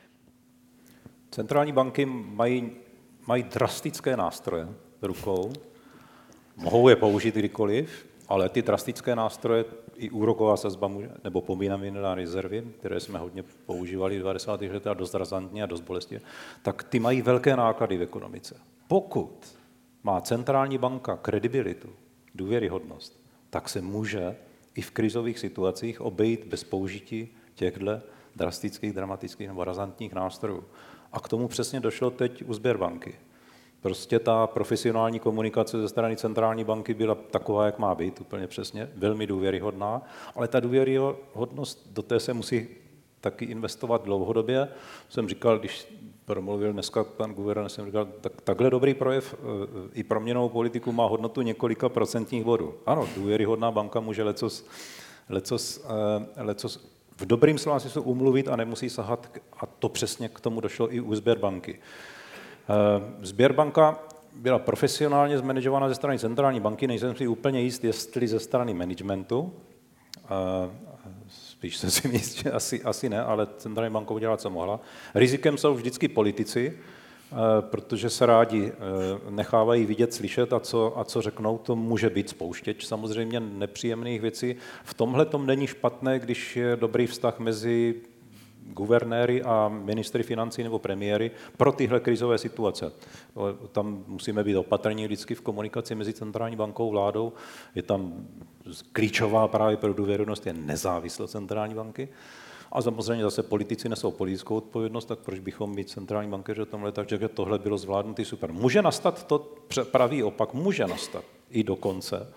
Centrální banky mají, mají drastické nástroje v rukou, mohou je použít kdykoliv, ale ty drastické nástroje, i úroková sazba nebo pomínám na rezervy, které jsme hodně používali v devadesátých letech a dost razantně a dost bolestivě, tak ty mají velké náklady v ekonomice. Pokud má centrální banka kredibilitu, důvěryhodnost, tak se může i v krizových situacích obejít bez použití těchto drastických, dramatických nebo razantních nástrojů. A k tomu přesně došlo teď u Sberbanky. Prostě ta profesionální komunikace ze strany centrální banky byla taková, jak má být, úplně přesně, velmi důvěryhodná, ale ta důvěryhodnost, do té se musí taky investovat dlouhodobě. Jsem říkal, když promluvil dneska pan guvernér, jsem říkal, tak takhle dobrý projev i pro měnovou politiku má hodnotu několika procentních bodů. Ano, důvěryhodná banka může lecos, lecos, lecos v dobrým slova smyslu umluvit a nemusí sahat, a to přesně k tomu došlo i u Sberbanky. Sberbanka byla profesionálně zmanažována ze strany centrální banky, nejsem si úplně jist, jestli ze strany managementu, spíš se si jist, že asi, asi ne, ale centrální banka udělala, co mohla. Rizikem jsou vždycky politici, protože se rádi nechávají vidět, slyšet a co, a co řeknou, to může být spouštěč samozřejmě nepříjemných věcí. V tomhle tom není špatné, když je dobrý vztah mezi guvernéry a ministry financí nebo premiéry pro tyhle krizové situace. Tam musíme být opatrní vždycky v komunikaci mezi centrální bankou a vládou. Je tam klíčová právě pro důvěryhodnost je nezávislost centrální banky. A samozřejmě zase politici nesou politickou odpovědnost, tak proč bychom mít centrální bankéři o tomhle, takže tohle bylo zvládnutý super. Může nastat to pravý opak, může nastat i dokonce,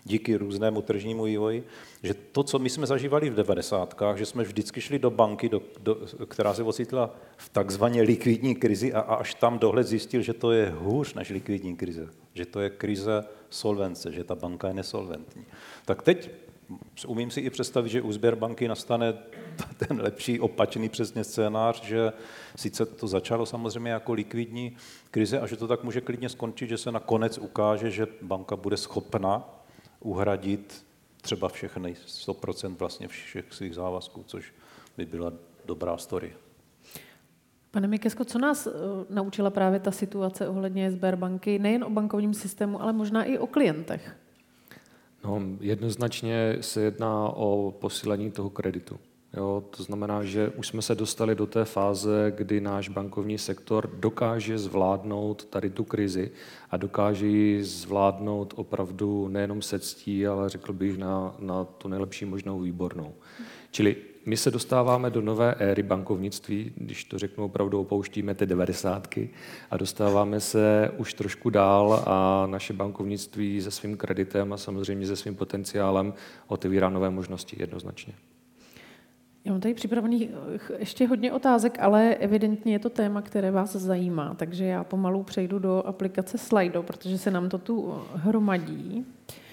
díky různému tržnímu vývoji, že to, co my jsme zažívali v devadesátkách, že jsme vždycky šli do banky, do, do, která se ocitla v takzvaně likvidní krizi a, a až tam dohled zjistil, že to je hůř než likvidní krize, že to je krize solvence, že ta banka je nesolventní. Tak teď umím si i představit, že u Sberbanky nastane ten lepší opačný přesně scénář, že sice to začalo samozřejmě jako likvidní krize a že to tak může klidně skončit, že se nakonec ukáže, že banka bude schopna uhradit třeba všechny sto procent vlastně všech svých závazků, což by byla dobrá story. Pane Mikesko, co nás uh, naučila právě ta situace ohledně Sberbanky, nejen o bankovním systému, ale možná i o klientech? No, jednoznačně se jedná o posílení toho kreditu. Jo, to znamená, že už jsme se dostali do té fáze, kdy náš bankovní sektor dokáže zvládnout tady tu krizi a dokáže ji zvládnout opravdu nejenom se ctí, ale řekl bych na, na tu nejlepší možnou výbornou. Čili my se dostáváme do nové éry bankovnictví, když to řeknu opravdu, opouštíme ty devadesátky a dostáváme se už trošku dál a naše bankovnictví se svým kreditem a samozřejmě se svým potenciálem otevírá nové možnosti jednoznačně. Já mám tady připravených ještě hodně otázek, ale evidentně je to téma, které vás zajímá, takže já pomalu přejdu do aplikace Slido, protože se nám to tu hromadí.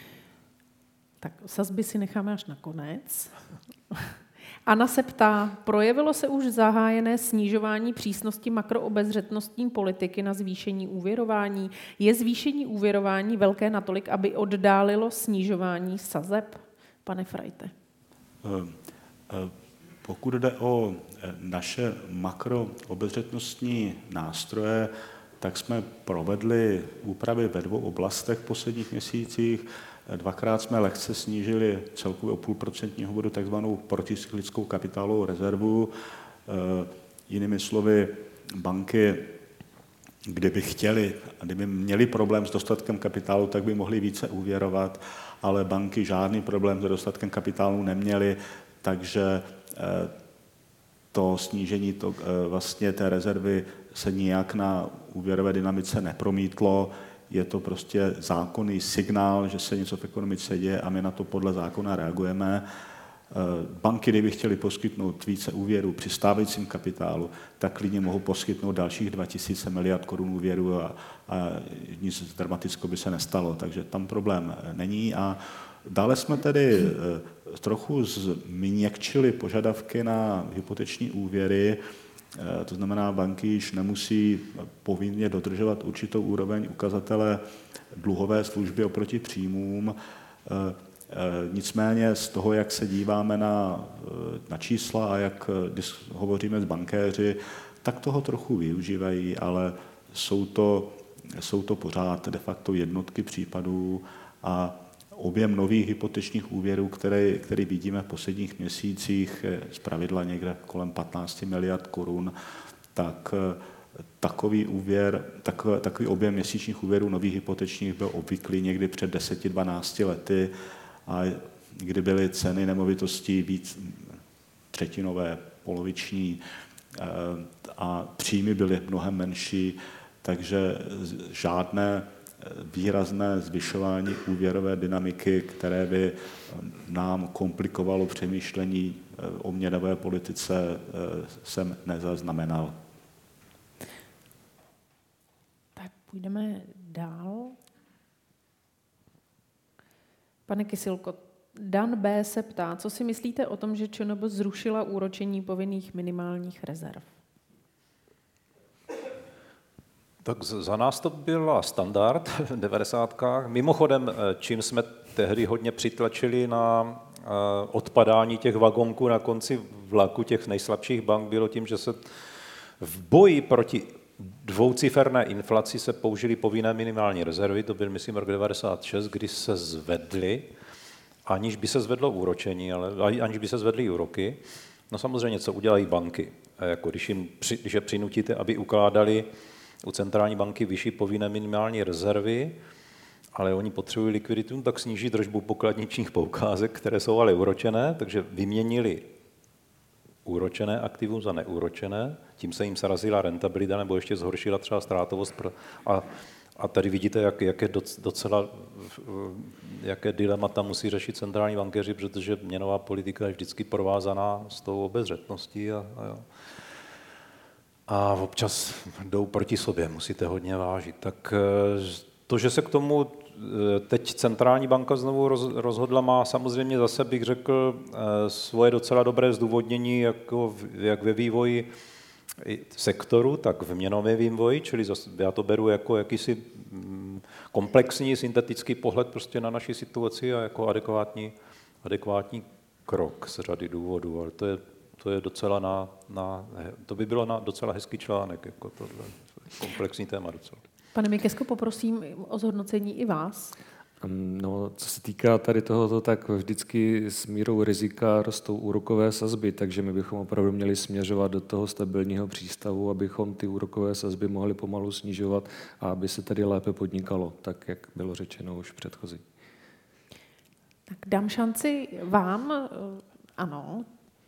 Tak sazby si necháme až na konec. Anna se ptá, projevilo se už zahájené snižování přísnosti makroobezřetnostní politiky na zvýšení úvěrování? Je zvýšení úvěrování velké natolik, aby oddálilo snižování sazeb? Pane Frajte. Uh, uh. Pokud jde o naše makroobezřetnostní nástroje, tak jsme provedli úpravy ve dvou oblastech v posledních měsících. Dvakrát jsme lehce snížili celkově o půl procentního bodu takzvanou proticyklickou kapitálovou rezervu. Jinými slovy, banky, kdyby chtěli a kdyby měli problém s dostatkem kapitálu, tak by mohli více úvěrovat, ale banky žádný problém s dostatkem kapitálu neměly, takže to snížení to, vlastně té rezervy se nijak na úvěrové dynamice nepromítlo. Je to prostě zákonný signál, že se něco v ekonomice děje a my na to podle zákona reagujeme. Banky, kdyby chtěly poskytnout více úvěru při stávajícím kapitálu, tak klidně mohou poskytnout dalších dva tisíce miliard korun úvěru a, a nic dramatického by se nestalo, takže tam problém není. A dále jsme tedy trochu změkčili požadavky na hypoteční úvěry, to znamená, banky již nemusí povinně dodržovat určitou úroveň ukazatele dluhové služby oproti příjmům. Nicméně z toho, jak se díváme na, na čísla a jak hovoříme s bankéři, tak toho trochu využívají, ale jsou to, jsou to pořád de facto jednotky případů a objem nových hypotečních úvěrů, který, který vidíme v posledních měsících, je zpravidla někde kolem patnáct miliard korun, tak takový úvěr, takový, takový objem měsíčních úvěrů nových hypotečních byl obvyklý někdy před deseti dvanácti lety a kdy byly ceny nemovitostí víc třetinové, poloviční a příjmy byly mnohem menší, takže žádné výrazné zvyšování úvěrové dynamiky, které by nám komplikovalo přemýšlení o měnové politice, jsem nezaznamenal. Tak půjdeme dál. Pane Kysilko, Dan B. se ptá, co si myslíte o tom, že ČNB zrušila úročení povinných minimálních rezerv? Tak za nás to byla standard v devadesátkách. Mimochodem, čím jsme tehdy hodně přitlačili na odpadání těch vagonků na konci vlaku těch nejslabších bank, bylo tím, že se v boji proti dvouciferné inflaci se použili povinné minimální rezervy, to byl, myslím, rok devadesát šest, kdy se zvedly, aniž by se zvedlo úročení, ale aniž by se zvedly úroky. No samozřejmě, co udělají banky, jako když, jim, když je přinutíte, aby ukládali u centrální banky vyšší povinné minimální rezervy, ale oni potřebují likviditu, tak sníží držbu pokladničních poukázek, které jsou ale úročené, takže vyměnili úročené aktivum za neúročené, tím se jim srazila rentabilita nebo ještě zhoršila třeba ztrátovost a A tady vidíte, jak, jak je docela, jaké dilemata musí řešit centrální bankéři, protože měnová politika je vždycky provázaná s tou obezřetností a, a, a občas jdou proti sobě, musíte hodně vážit. Tak to, že se k tomu teď centrální banka znovu rozhodla, má samozřejmě zase, bych řekl, svoje docela dobré zdůvodnění, jako jak ve vývoji sektoru, tak v měnovém vývoji, čili já to beru jako jakýsi komplexní, syntetický pohled prostě na naši situaci a jako adekvátní, adekvátní krok z řady důvodů, ale to je, to je docela na, na, to by bylo na docela hezký článek, jako tohle komplexní téma docela. Pane Mikesko, poprosím o zhodnocení i vás. No, co se týká tady tohoto, tak vždycky s mírou rizika rostou úrokové sazby, takže my bychom opravdu měli směřovat do toho stabilního přístavu, abychom ty úrokové sazby mohli pomalu snižovat a aby se tady lépe podnikalo, tak jak bylo řečeno už v předchozí. Tak dám šanci vám, ano.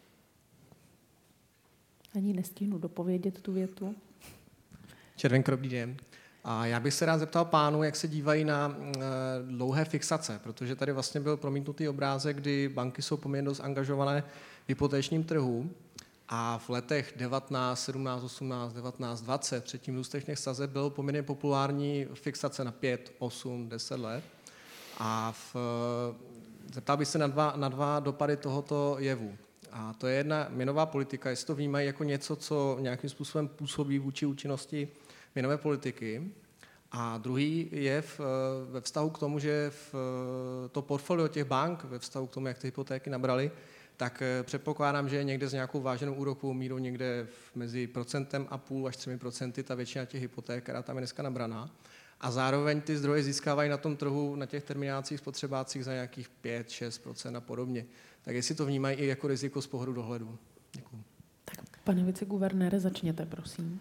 Ani nestihnu dopovědět tu větu. Červenk, dobrý den. A já bych se rád zeptal pánů, jak se dívají na e, dlouhé fixace, protože tady vlastně byl promítnutý obrázek, kdy banky jsou poměrně dost angažované v hypotečním trhu a v letech devatenáct, sedmnáct, osmnáct, devatenáct, dvacet před tím růstech sazeb byl poměrně populární fixace na pět, osm, deset let. A v, zeptal bych se na dva, na dva dopady tohoto jevu. A to je jedna měnová politika, jestli to vnímají jako něco, co nějakým způsobem působí vůči účinnosti měnové politiky. A druhý je v, ve vztahu k tomu, že v to portfolio těch bank, ve vztahu k tomu, jak ty hypotéky nabrali, tak předpokládám, že je někde s nějakou váženou úrokovou mírou někde mezi procentem a půl až třemi procenty ta většina těch hypoték, která tam je dneska nabraná. A zároveň ty zdroje získávají na tom trhu, na těch terminácích spotřebácích za nějakých pět šest procent a podobně. Tak jestli to vnímají i jako riziko z pohledu dohledu. Děkuji. Tak, pane viceguvernére, začněte, prosím.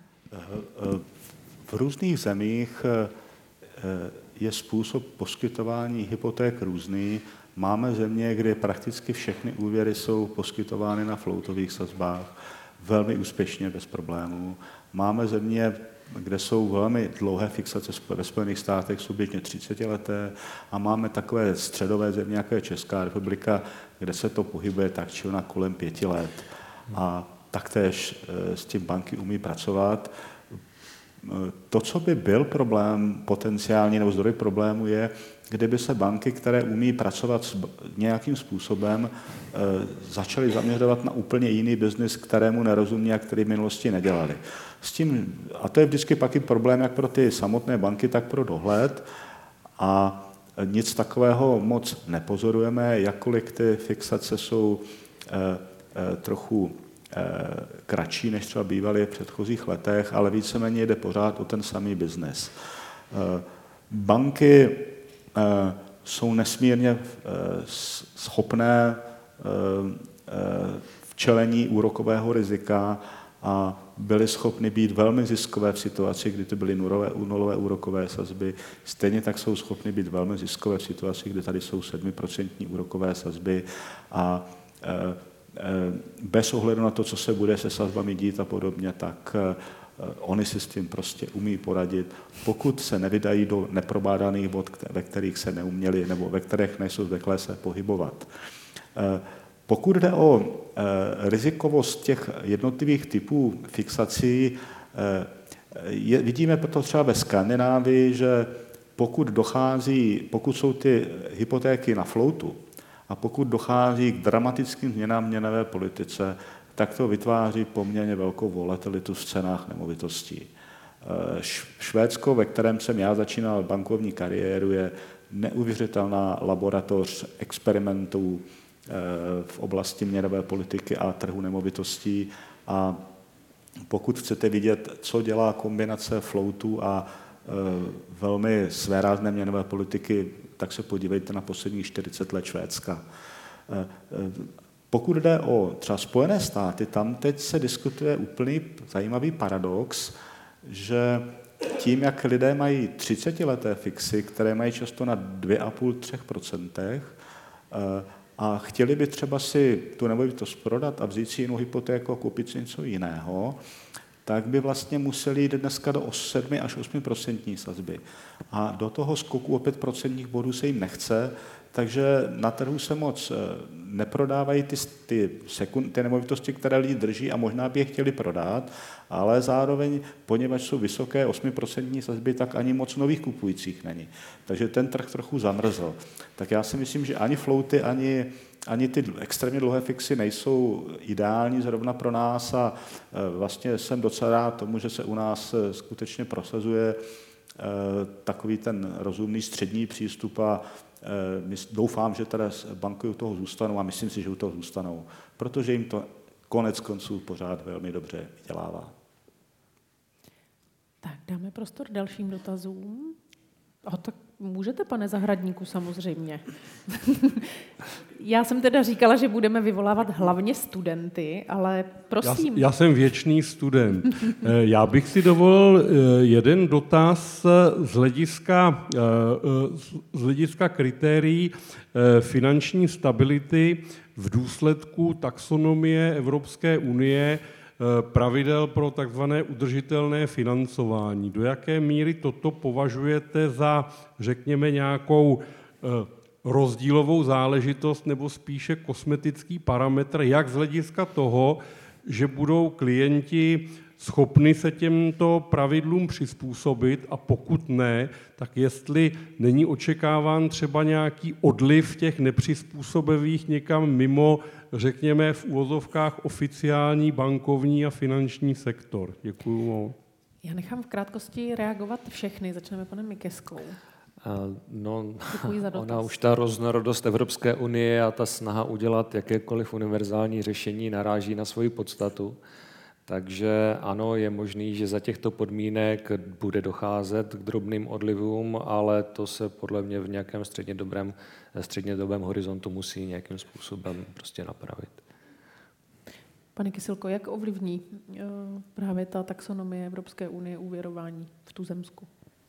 V různých zemích je způsob poskytování hypoték různý. Máme země, kde prakticky všechny úvěry jsou poskytovány na floatových sazbách, velmi úspěšně, bez problémů. Máme země, kde jsou velmi dlouhé fixace ve Spojených státech, subjektivně třicetileté, a máme takové středové země, jako je Česká republika, kde se to pohybuje tak či onak kolem pěti let. A taktéž s tím banky umí pracovat. To, co by byl problém potenciální nebo zdroj problému, je, kdyby se banky, které umí pracovat nějakým způsobem, začaly zaměřovat na úplně jiný biznis, kterému nerozumí a který v minulosti nedělali. S tím, a to je vždycky pak i problém jak pro ty samotné banky, tak pro dohled. A nic takového moc nepozorujeme, jakkoliv ty fixace jsou trochu kratší, než třeba bývaly v předchozích letech, ale víceméně jde pořád o ten samý biznes. Banky jsou nesmírně schopné v čelení úrokového rizika a byly schopny být velmi ziskové v situaci, kdy to byly nulové, nulové úrokové sazby. Stejně tak jsou schopny být velmi ziskové v situaci, kdy tady jsou sedmiprocentní úrokové sazby a bez ohledu na to, co se bude se sazbami dít a podobně, tak oni si s tím prostě umí poradit. Pokud se nevydají do neprobádaných vod, ve kterých se neuměli, nebo ve kterých nejsou zvyklé se pohybovat. Pokud jde o rizikovost těch jednotlivých typů fixací, je, vidíme proto třeba ve Skandinávii, že pokud dochází, pokud jsou ty hypotéky na floatu, a pokud dochází k dramatickým změnám měnové politice, tak to vytváří poměrně velkou volatilitu v cenách nemovitostí. Švédsko, ve kterém jsem já začínal bankovní kariéru, je neuvěřitelná laboratoř experimentů v oblasti měnové politiky a trhu nemovitostí. A pokud chcete vidět, co dělá kombinace floatu a velmi svérázné měnové politiky, tak se podívejte na posledních čtyřicet let Švédska. Pokud jde o třeba Spojené státy, tam teď se diskutuje úplný zajímavý paradox, že tím, jak lidé mají třicetileté fixy, které mají často na dvě a půl až tři procenta a chtěli by třeba si tu nemovitost prodat a vzít si jinou hypotéku a koupit si něco jiného, tak by vlastně museli jít dneska do sedm až osm procentní sazby. A do toho skoku o pět procentních bodů se jim nechce, takže na trhu se moc neprodávají ty, ty, sekund, ty nemovitosti, které lidi drží a možná by je chtěli prodat, ale zároveň, poněvadž jsou vysoké osm procentní sazby, tak ani moc nových kupujících není. Takže ten trh trochu zamrzl. Tak já si myslím, že ani floaty, ani, ani ty extrémně dlouhé fixy nejsou ideální zrovna pro nás a vlastně jsem docela rád tomu, že se u nás skutečně prosazuje takový ten rozumný střední přístup a doufám, že teda banky u toho zůstanou a myslím si, že u toho zůstanou, protože jim to konec konců pořád velmi dobře vydělává. Tak dáme prostor dalším dotazům. O, tak můžete, pane Zahradníku, samozřejmě. Já jsem teda říkala, že budeme vyvolávat hlavně studenty, ale prosím. Já, já jsem věčný student. Já bych si dovolil jeden dotaz z hlediska, z hlediska kritérií finanční stability v důsledku taxonomie Evropské unie pravidel pro takzvané udržitelné financování. Do jaké míry toto považujete za, řekněme, nějakou rozdílovou záležitost nebo spíše kosmetický parametr, jak z hlediska toho, že budou klienti schopni se těmto pravidlům přizpůsobit a pokud ne, tak jestli není očekáván třeba nějaký odliv těch nepřizpůsobivých někam mimo, řekněme, v úvozovkách oficiální bankovní a finanční sektor. Děkuju moc. Já nechám v krátkosti reagovat všechny. Začneme panem Mikeskou. No, za ona už ta různorodost Evropské unie a ta snaha udělat jakékoliv univerzální řešení naráží na svoji podstatu. Takže ano, je možný, že za těchto podmínek bude docházet k drobným odlivům, ale to se podle mě v nějakém střednědobém, střednědobém horizontu musí nějakým způsobem prostě napravit. Pane Kysilko, jak ovlivní právě ta taxonomie Evropské unie úvěrování v tuzemsku?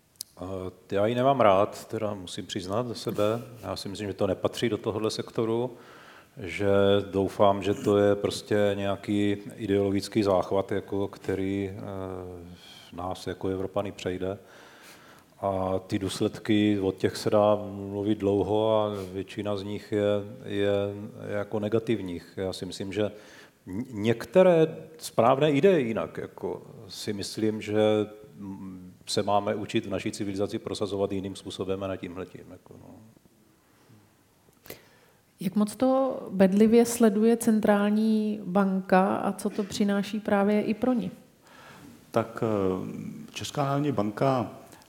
Já ji nemám rád, teda musím přiznat do sebe. Já si myslím, že to nepatří do tohohle sektoru, že doufám, že to je prostě nějaký ideologický záchvat, jako který nás jako Evropany přejde. A ty důsledky, od těch se dá mluvit dlouho a většina z nich je, je jako negativních. Já si myslím, že některé správné ideje jinak, jako si myslím, že se máme učit v naší civilizaci prosazovat jiným způsobem a na tímhletím. Jako no. Jak moc to bedlivě sleduje centrální banka a co to přináší právě i pro ní? Tak Česká národní banka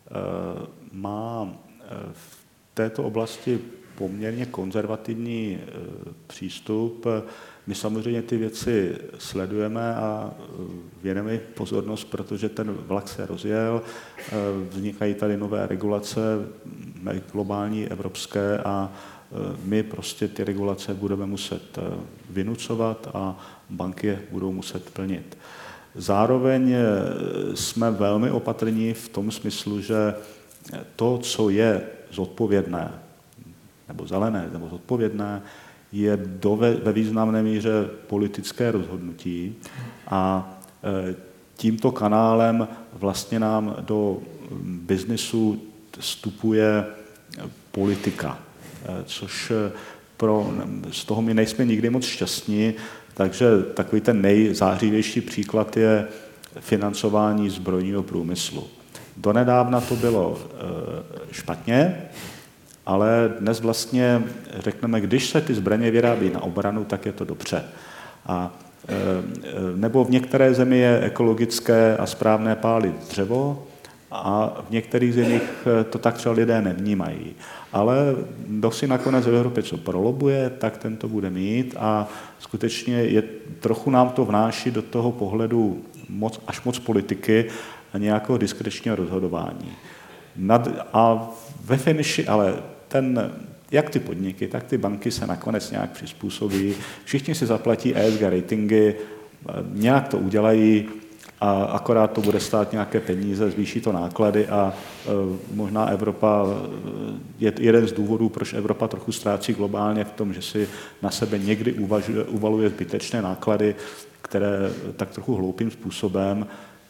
má v této oblasti poměrně konzervativní přístup. My samozřejmě ty věci sledujeme a věnujeme pozornost, protože ten vlak se rozjel, vznikají tady nové regulace globální, evropské a my prostě ty regulace budeme muset vynucovat a banky je budou muset plnit. Zároveň jsme velmi opatrní v tom smyslu, že to, co je zodpovědné, nebo zelené, nebo zodpovědné, je do ve, ve významné míře politické rozhodnutí a tímto kanálem vlastně nám do biznisu vstupuje politika, což pro, z toho my nejsme nikdy moc šťastní, takže takový ten nejzářivější příklad je financování zbrojního průmyslu. Donedávna to bylo špatně, ale dnes vlastně řekneme, když se ty zbraně vyrábí na obranu, tak je to dobře. A, nebo v některé zemi je ekologické a správné pálit dřevo a v některých zemích to tak třeba lidé nevnímají. Ale kdo si nakonec v Evropě co prolobuje, tak ten to bude mít a skutečně je, trochu nám to vnáší do toho pohledu moc, až moc politiky a nějakého diskrečního rozhodování. Nad, a ve finiši, ale ten, jak ty podniky, tak ty banky se nakonec nějak přizpůsobí. Všichni si zaplatí E S G ratingy, nějak to udělají a akorát to bude stát nějaké peníze, zvýší to náklady a možná Evropa je jeden z důvodů, proč Evropa trochu ztrácí globálně v tom, že si na sebe někdy uvažuje, uvaluje zbytečné náklady, které tak trochu hloupým způsobem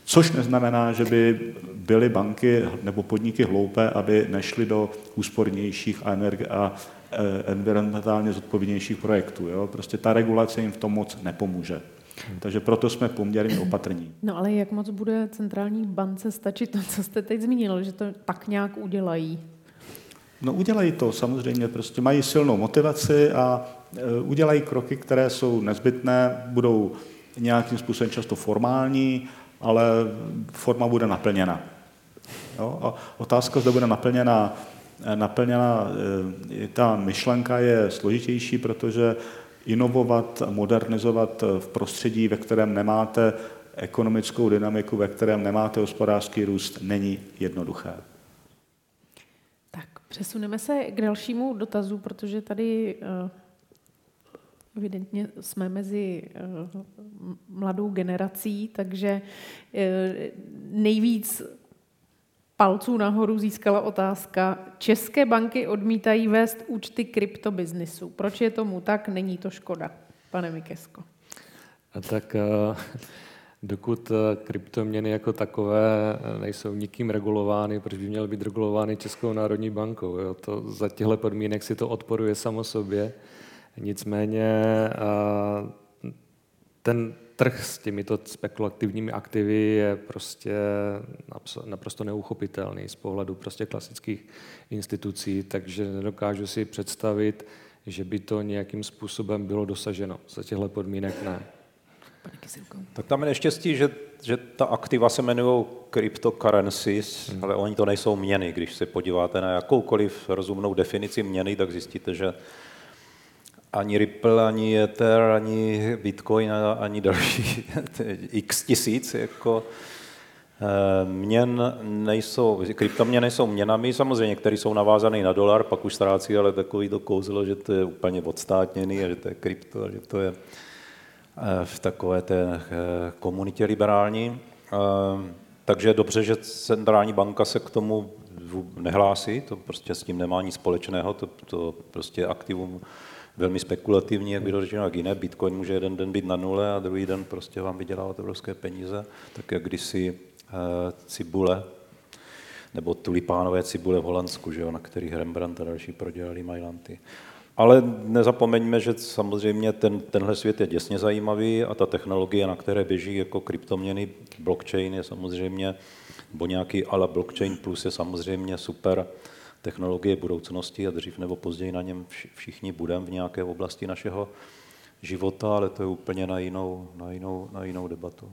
Což neznamená, že by byly banky nebo podniky hloupé, aby nešly do úspornějších a, energi- a environmentálně zodpovědnějších projektů. Jo? Prostě ta regulace jim v tom moc nepomůže. Takže proto jsme poměrně opatrní. No ale jak moc bude centrální bance stačit to, co jste teď zmínil, že to tak nějak udělají? No udělají to, samozřejmě, prostě mají silnou motivaci a udělají kroky, které jsou nezbytné, budou nějakým způsobem často formální, ale forma bude naplněna. Jo? A otázka, zda bude naplněna, naplněna, ta myšlenka je složitější, protože inovovat, modernizovat v prostředí, ve kterém nemáte ekonomickou dynamiku, ve kterém nemáte hospodářský růst, není jednoduché. Tak, přesuneme se k dalšímu dotazu, protože tady uh, evidentně jsme mezi uh, mladou generací, takže uh, nejvíc palců nahoru získala otázka. České banky odmítají vést účty kryptobiznisu. Proč je tomu tak? Není to škoda, pane Mikesko? A tak dokud kryptoměny jako takové nejsou nikým regulovány, proč by měly být regulovány Českou národní bankou? Jo? To, za těchto podmínek si to odporuje samo sobě. Nicméně ten trh s těmito spekulativními aktivy je prostě naprosto neuchopitelný z pohledu prostě klasických institucí, takže nedokážu si představit, že by to nějakým způsobem bylo dosaženo. Za těchto podmínek ne. Tak tam je neštěstí, že, že ta aktiva se jmenují cryptocurrencies, hmm. ale oni to nejsou měny. Když se podíváte na jakoukoliv rozumnou definici měny, tak zjistíte, že ani Ripple, ani Ether, ani Bitcoin, ani další x tisíc jako měn nejsou, kryptoměny jsou měnami, samozřejmě, které jsou navázané na dolar, pak už ztrácí, ale takový to kouzlo, že to je úplně odstátněný a že to je krypto, a že to je v takové té komunitě liberální. Takže je dobře, že centrální banka se k tomu nehlásí, to prostě s tím nemá nic společného, to, to prostě aktivum velmi spekulativní, jak bylo řečeno, jak jiné. Bitcoin může jeden den být na nule a druhý den prostě vám vydělávat obrovské peníze, tak jak kdysi uh, cibule, nebo tulipánové cibule v Holandsku, že jo, na kterých Rembrandt a další prodělali majlanty. Ale nezapomeňme, že samozřejmě ten, tenhle svět je děsně zajímavý a ta technologie, na které běží jako kryptoměny, blockchain je samozřejmě, nebo nějaký ala blockchain plus je samozřejmě super technologie budoucnosti a dřív nebo později na něm všichni budeme v nějaké oblasti našeho života, ale to je úplně na jinou, na jinou, na jinou debatu.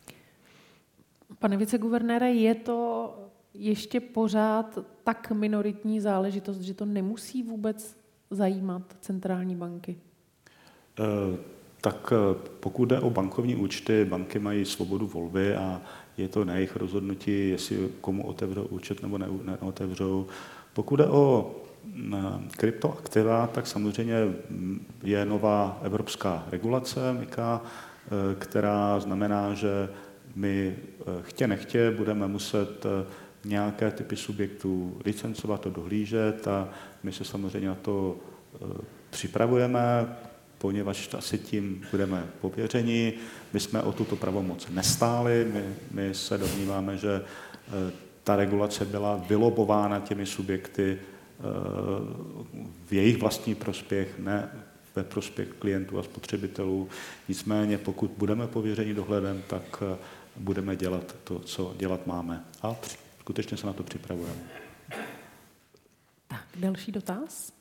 Pane viceguvernére, je to ještě pořád tak minoritní záležitost, že to nemusí vůbec zajímat centrální banky? E, tak pokud jde o bankovní účty, banky mají svobodu volby a je to na jejich rozhodnutí, jestli komu otevřou účet nebo neotevřou. Pokud jde o kryptoaktiva, tak samozřejmě je nová evropská regulace, MiCA, která znamená, že my chtě nechtě budeme muset nějaké typy subjektů licencovat a dohlížet a my se samozřejmě na to připravujeme, poněvadž asi tím budeme pověřeni. My jsme o tuto pravomoc nestáli, my, my se domníváme, že ta regulace byla vylobována těmi subjekty v jejich vlastní prospěch, ne ve prospěch klientů a spotřebitelů. Nicméně, pokud budeme pověřeni dohledem, tak budeme dělat to, co dělat máme. A skutečně se na to připravujeme. Tak, další dotaz?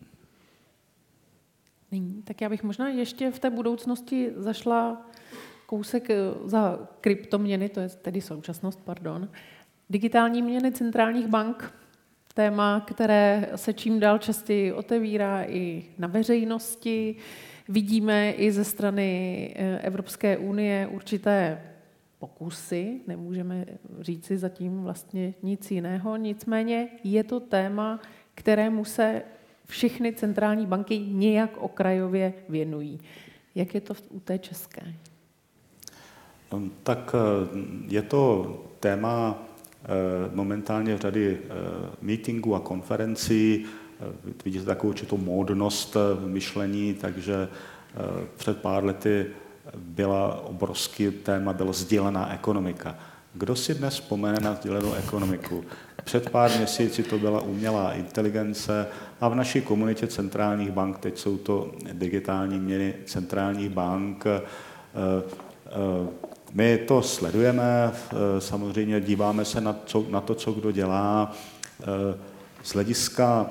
Není. Tak já bych možná ještě v té budoucnosti zašla kousek za kryptoměny, to je tedy současnost, pardon. Digitální měny centrálních bank, téma, které se čím dál častěji otevírá i na veřejnosti. Vidíme i ze strany Evropské unie určité pokusy, nemůžeme říci zatím vlastně nic jiného, nicméně je to téma, kterému se všechny centrální banky nějak okrajově věnují. Jak je to u té české? Tak je to téma momentálně v řady meetingů a konferencí. Vidíte takovou určitou módnost myšlení, takže před pár lety byla obrovský téma, byla sdílená ekonomika. Kdo si dnes vzpomene na sdílenou ekonomiku? Před pár měsíci to byla umělá inteligence a v naší komunitě centrálních bank, teď jsou to digitální měny centrálních bank, my to sledujeme, samozřejmě díváme se na, co, na to, co kdo dělá. Z hlediska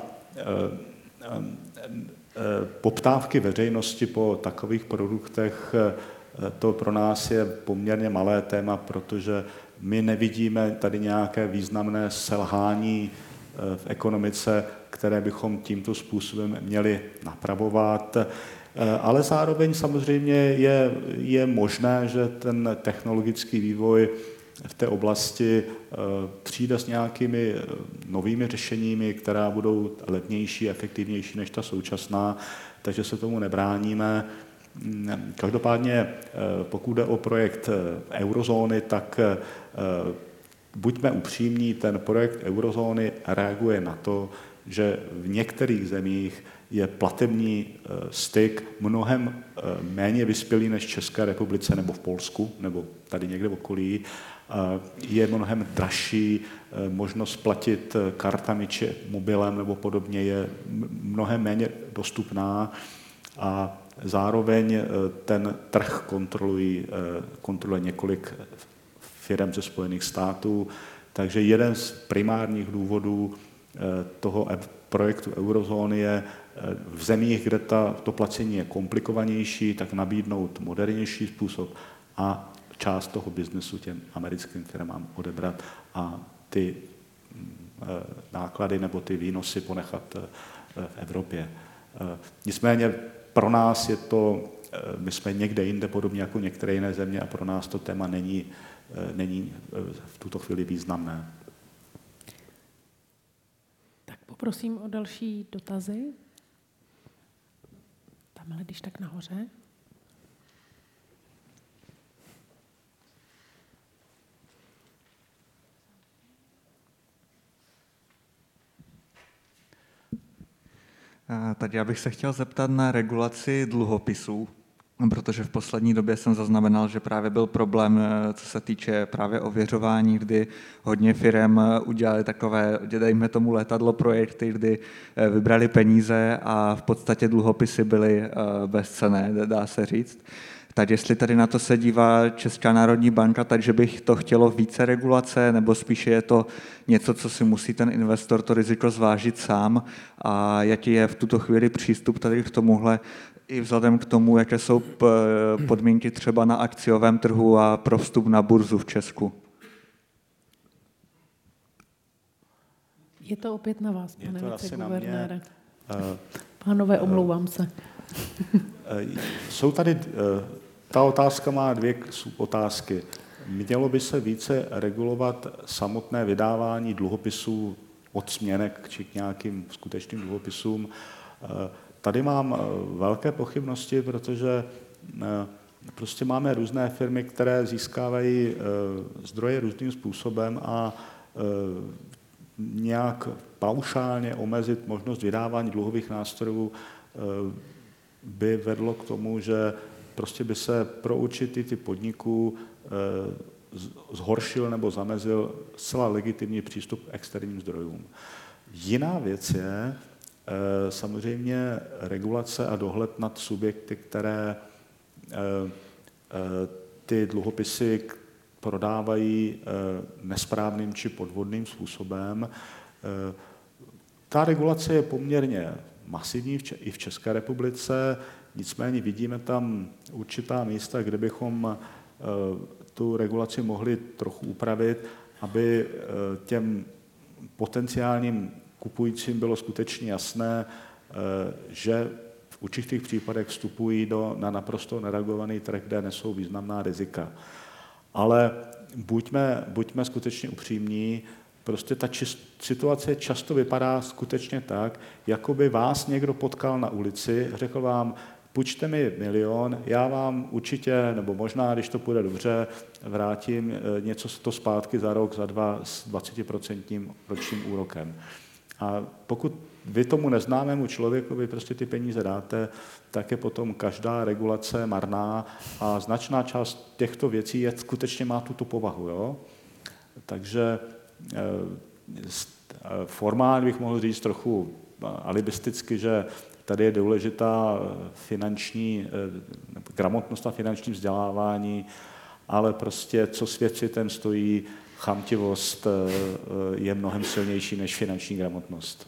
poptávky veřejnosti po takových produktech to pro nás je poměrně malé téma, protože my nevidíme tady nějaké významné selhání v ekonomice, které bychom tímto způsobem měli napravovat. Ale zároveň samozřejmě je, je možné, že ten technologický vývoj v té oblasti přijde s nějakými novými řešeními, která budou levnější, efektivnější než ta současná, takže se tomu nebráníme. Každopádně, pokud jde o projekt eurozóny, tak buďme upřímní, ten projekt eurozóny reaguje na to, že v některých zemích je platební styk mnohem méně vyspělý než v České republice nebo v Polsku, nebo tady někde v okolí. Je mnohem dražší, možnost platit kartami či mobilem nebo podobně je mnohem méně dostupná a zároveň ten trh kontrolují, kontroluje několik firem ze Spojených států, takže jeden z primárních důvodů toho projektu eurozóny je v zemích, kde ta, to placení je komplikovanější, tak nabídnout modernější způsob a část toho biznesu těm americkým firmám odebrat a ty náklady nebo ty výnosy ponechat v Evropě. Nicméně pro nás je to, my jsme někde jinde, podobně jako některé jiné země a pro nás to téma není, není v tuto chvíli významné. Tak poprosím o další dotazy. Tamhle, když tak nahoře. Tak já bych se chtěl zeptat na regulaci dluhopisů, protože v poslední době jsem zaznamenal, že právě byl problém, co se týče právě ověřování, kdy hodně firem udělali takové, dejme tomu letadlo projekty, kdy vybrali peníze a v podstatě dluhopisy byly bezcenné, dá se říct. Tak jestli tady na to se dívá Česká národní banka, takže bych to chtělo více regulace, nebo spíše je to něco, co si musí ten investor to riziko zvážit sám a jaký je v tuto chvíli přístup tady k tomuhle, i vzhledem k tomu, jaké jsou podmínky třeba na akciovém trhu a pro vstup na burzu v Česku. Je to opět na vás, pane viceguvernére. Uh, Pánové, omlouvám se. Jsou tady, ta otázka má dvě otázky. Mělo by se více regulovat samotné vydávání dluhopisů od směnek či k nějakým skutečným dluhopisům. Tady mám velké pochybnosti, protože prostě máme různé firmy, které získávají zdroje různým způsobem a nějak paušálně omezit možnost vydávání dluhových nástrojů by vedlo k tomu, že prostě by se pro určitý typ podniků zhoršil nebo zamezil zcela legitimní přístup k externím zdrojům. Jiná věc je samozřejmě regulace a dohled nad subjekty, které ty dluhopisy prodávají nesprávným či podvodným způsobem. Ta regulace je poměrně masivní i v České republice, nicméně vidíme tam určitá místa, kde bychom tu regulaci mohli trochu upravit, aby těm potenciálním kupujícím bylo skutečně jasné, že v určitých případech vstupují do, na naprosto neregulovaný trh, kde nesou významná rizika. Ale buďme, buďme skutečně upřímní, prostě ta čist, situace často vypadá skutečně tak, jako by vás někdo potkal na ulici, řekl vám, půjčte mi milion, já vám určitě, nebo možná, když to půjde dobře, vrátím něco to zpátky za rok, za dva s dvacetiprocentním ročním úrokem. A pokud vy tomu neznámému člověkovi prostě ty peníze dáte, tak je potom každá regulace marná a značná část těchto věcí je, skutečně má tuto povahu. Jo? Takže formálně bych mohl říct trochu alibisticky, že tady je důležitá finanční gramotnost a finanční vzdělávání, ale prostě co svět světem stojí, chamtivost je mnohem silnější než finanční gramotnost.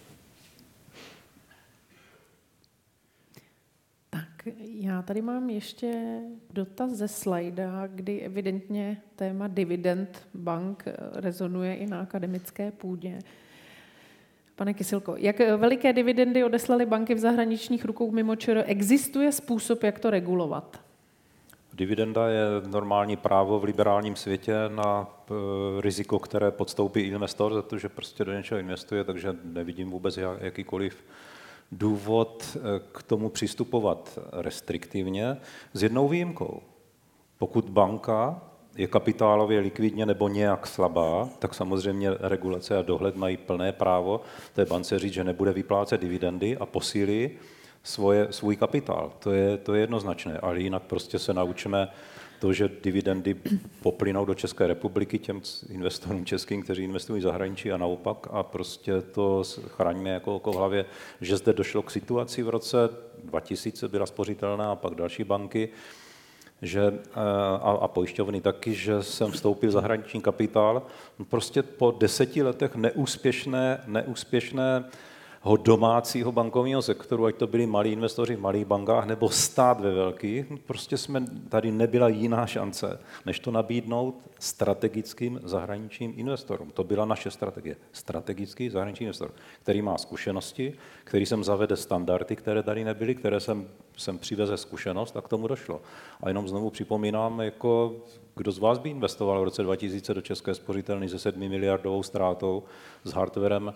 Tak já tady mám ještě dotaz ze slajda, kdy evidentně téma dividend bank rezonuje i na akademické půdě. Pane Kysilko, jak veliké dividendy odeslaly banky v zahraničních rukou mimo ČR? Existuje způsob, jak to regulovat? Dividenda je normální právo v liberálním světě na riziko, které podstoupí investor, za to, že prostě do něčeho investuje, takže nevidím vůbec jakýkoliv důvod k tomu přistupovat restriktivně, s jednou výjimkou. Pokud banka je kapitálově likvidně nebo nějak slabá, tak samozřejmě regulace a dohled mají plné právo té bance říct, že nebude vyplácet dividendy a posílí svoje, svůj kapitál. To je, to je jednoznačné, ale jinak prostě se naučíme to, že dividendy poplynou do České republiky těm investorům českým, kteří investují v zahraničí a naopak a prostě to chráníme jako oko v hlavě, že zde došlo k situaci v roce dva tisíce, byla spořitelná a pak další banky, že, a, a pojišťovny taky, že jsem vstoupil v zahraniční kapitál. Prostě po deseti letech neúspěšné, neúspěšné domácího bankovního sektoru, ať to byli malí investoři v malých bankách nebo stát ve velkých, prostě jsme, tady nebyla jiná šance, než to nabídnout strategickým zahraničním investorům. To byla naše strategie. Strategický zahraniční investor, který má zkušenosti, který sem zavede standardy, které tady nebyly, které jsem, jsem přiveze zkušenost a k tomu došlo. A jenom znovu připomínám, jako kdo z vás by investoval v roce dva tisíce do České spořitelny se sedmi miliardovou ztrátou s hardwarem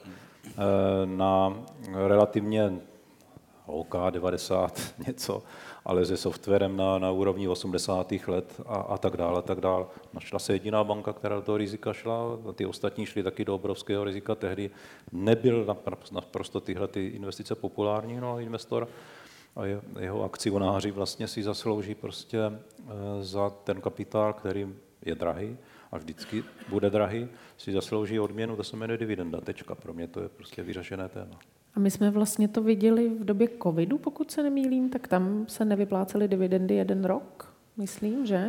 na relativně OK devadesát něco, ale se softwarem na, na úrovni osmdesátých let a, a tak dále, a tak dále. Našla se jediná banka, která do toho rizika šla, a ty ostatní šly taky do obrovského rizika. Tehdy nebyl naprosto tyhle ty investice populární, no investor a jeho akcionáři vlastně si zaslouží prostě za ten kapitál, který je drahý, a vždycky bude drahý, si zaslouží odměnu, to se jmenuje dividenda, tečka. Pro mě to je prostě vyřešené téma. A my jsme vlastně to viděli v době covidu, pokud se nemýlím, tak tam se nevyplácely dividendy jeden rok, myslím, že?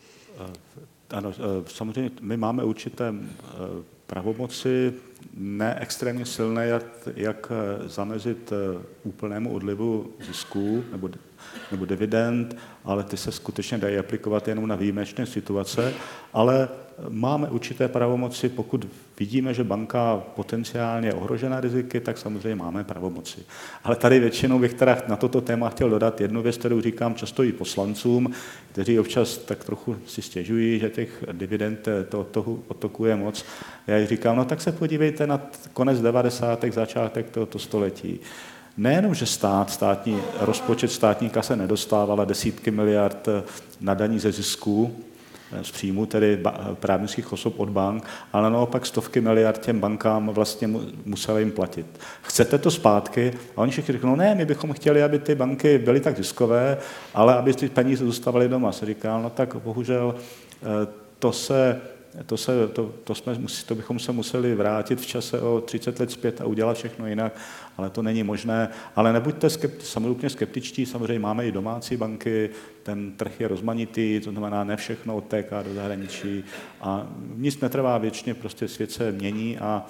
Ano, samozřejmě my máme určité pravomoci, ne extrémně silné, jak, jak zamezit úplnému odlivu zisků nebo, nebo dividend, ale ty se skutečně dají aplikovat jenom na výjimečné situace, ale máme určité pravomoci, pokud vidíme, že banka potenciálně je ohrožená riziky, tak samozřejmě máme pravomoci. Ale tady většinou bych teda na toto téma chtěl dodat jednu věc, kterou říkám často i poslancům, kteří občas tak trochu si stěžují, že těch dividend to, toho otokuje moc. Já říkám, no tak se podívejte na konec devadesátých, začátek tohoto století. Nejenom, že stát, státní rozpočet státní kase nedostávala desítky miliard na daní ze zisků, z příjmu tedy právnických osob od bank, ale naopak stovky miliard těm bankám vlastně museli jim platit. Chcete to zpátky? A oni všichni řeknou, ne, my bychom chtěli, aby ty banky byly tak ziskové, ale aby ty peníze zůstávaly doma. Se říká, no tak bohužel to se To, se, to, to, jsme, to bychom se museli vrátit v čase o třicet let zpět a udělat všechno jinak, ale to není možné. Ale nebuďte skepti, samozřejmě skeptičtí, samozřejmě máme i domácí banky, ten trh je rozmanitý, to znamená, ne všechno odtéká do zahraničí a nic netrvá věčně, prostě svět se mění a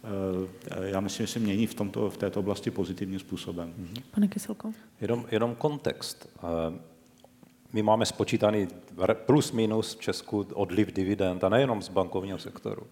já myslím, že se mění v, tomto, v této oblasti pozitivním způsobem. Pane Kysilko? Jenom, jenom kontext. My máme spočítaný plus minus v Česku odliv dividend a nejenom z bankovního sektoru.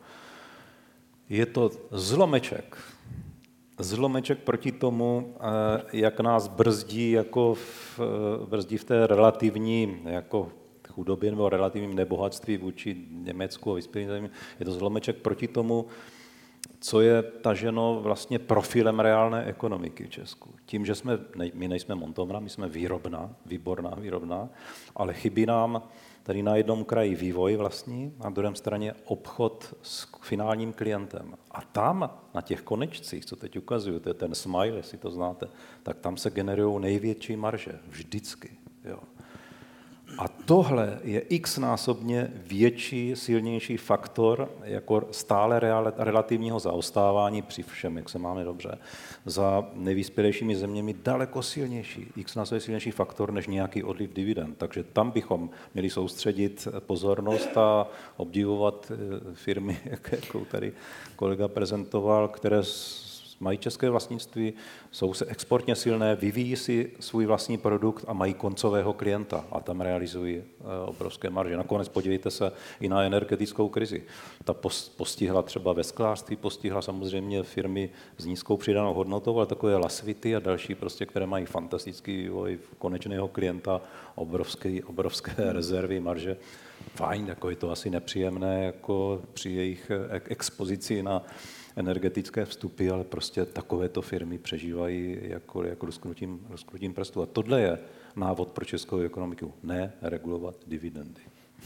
Je to zlomeček. Zlomeček proti tomu, jak nás brzdí, jako v, brzdí v té relativní jako chudobě nebo relativním nebohatství vůči Německu a vyspělým zemím. Je to zlomeček proti tomu, co je taženo vlastně profilem reálné ekonomiky v Česku. Tím, že jsme, my nejsme montovna, my jsme výrobná, výborná výrobná, ale chybí nám tady na jednom kraji vývoj vlastní, na druhém straně obchod s finálním klientem. A tam, na těch konečcích, co teď ukazuju, to je ten smile, jestli to znáte, tak tam se generují největší marže, vždycky. Jo. A tohle je x-násobně větší, silnější faktor jako stále relativního zaostávání při všem, jak se máme dobře, za nejvyspělejšími zeměmi daleko silnější, x-násobně silnější faktor než nějaký odliv dividend. Takže tam bychom měli soustředit pozornost a obdivovat firmy, jakou tady kolega prezentoval, které mají české vlastnictví, jsou se exportně silné, vyvíjí si svůj vlastní produkt a mají koncového klienta a tam realizují obrovské marže. Nakonec podívejte se i na energetickou krizi. Ta postihla třeba ve sklářství, postihla samozřejmě firmy s nízkou přidanou hodnotou, ale takové Lasvity a další, prostě, které mají fantastický vývoj konečného klienta, obrovské, obrovské rezervy, marže. Fajn, jako je to asi nepříjemné jako při jejich expozici na energetické vstupy, ale prostě takovéto firmy přežívají jako, jako rozknutím, rozknutím prstu. A tohle je návod pro českou ekonomiku. Ne regulovat dividendy.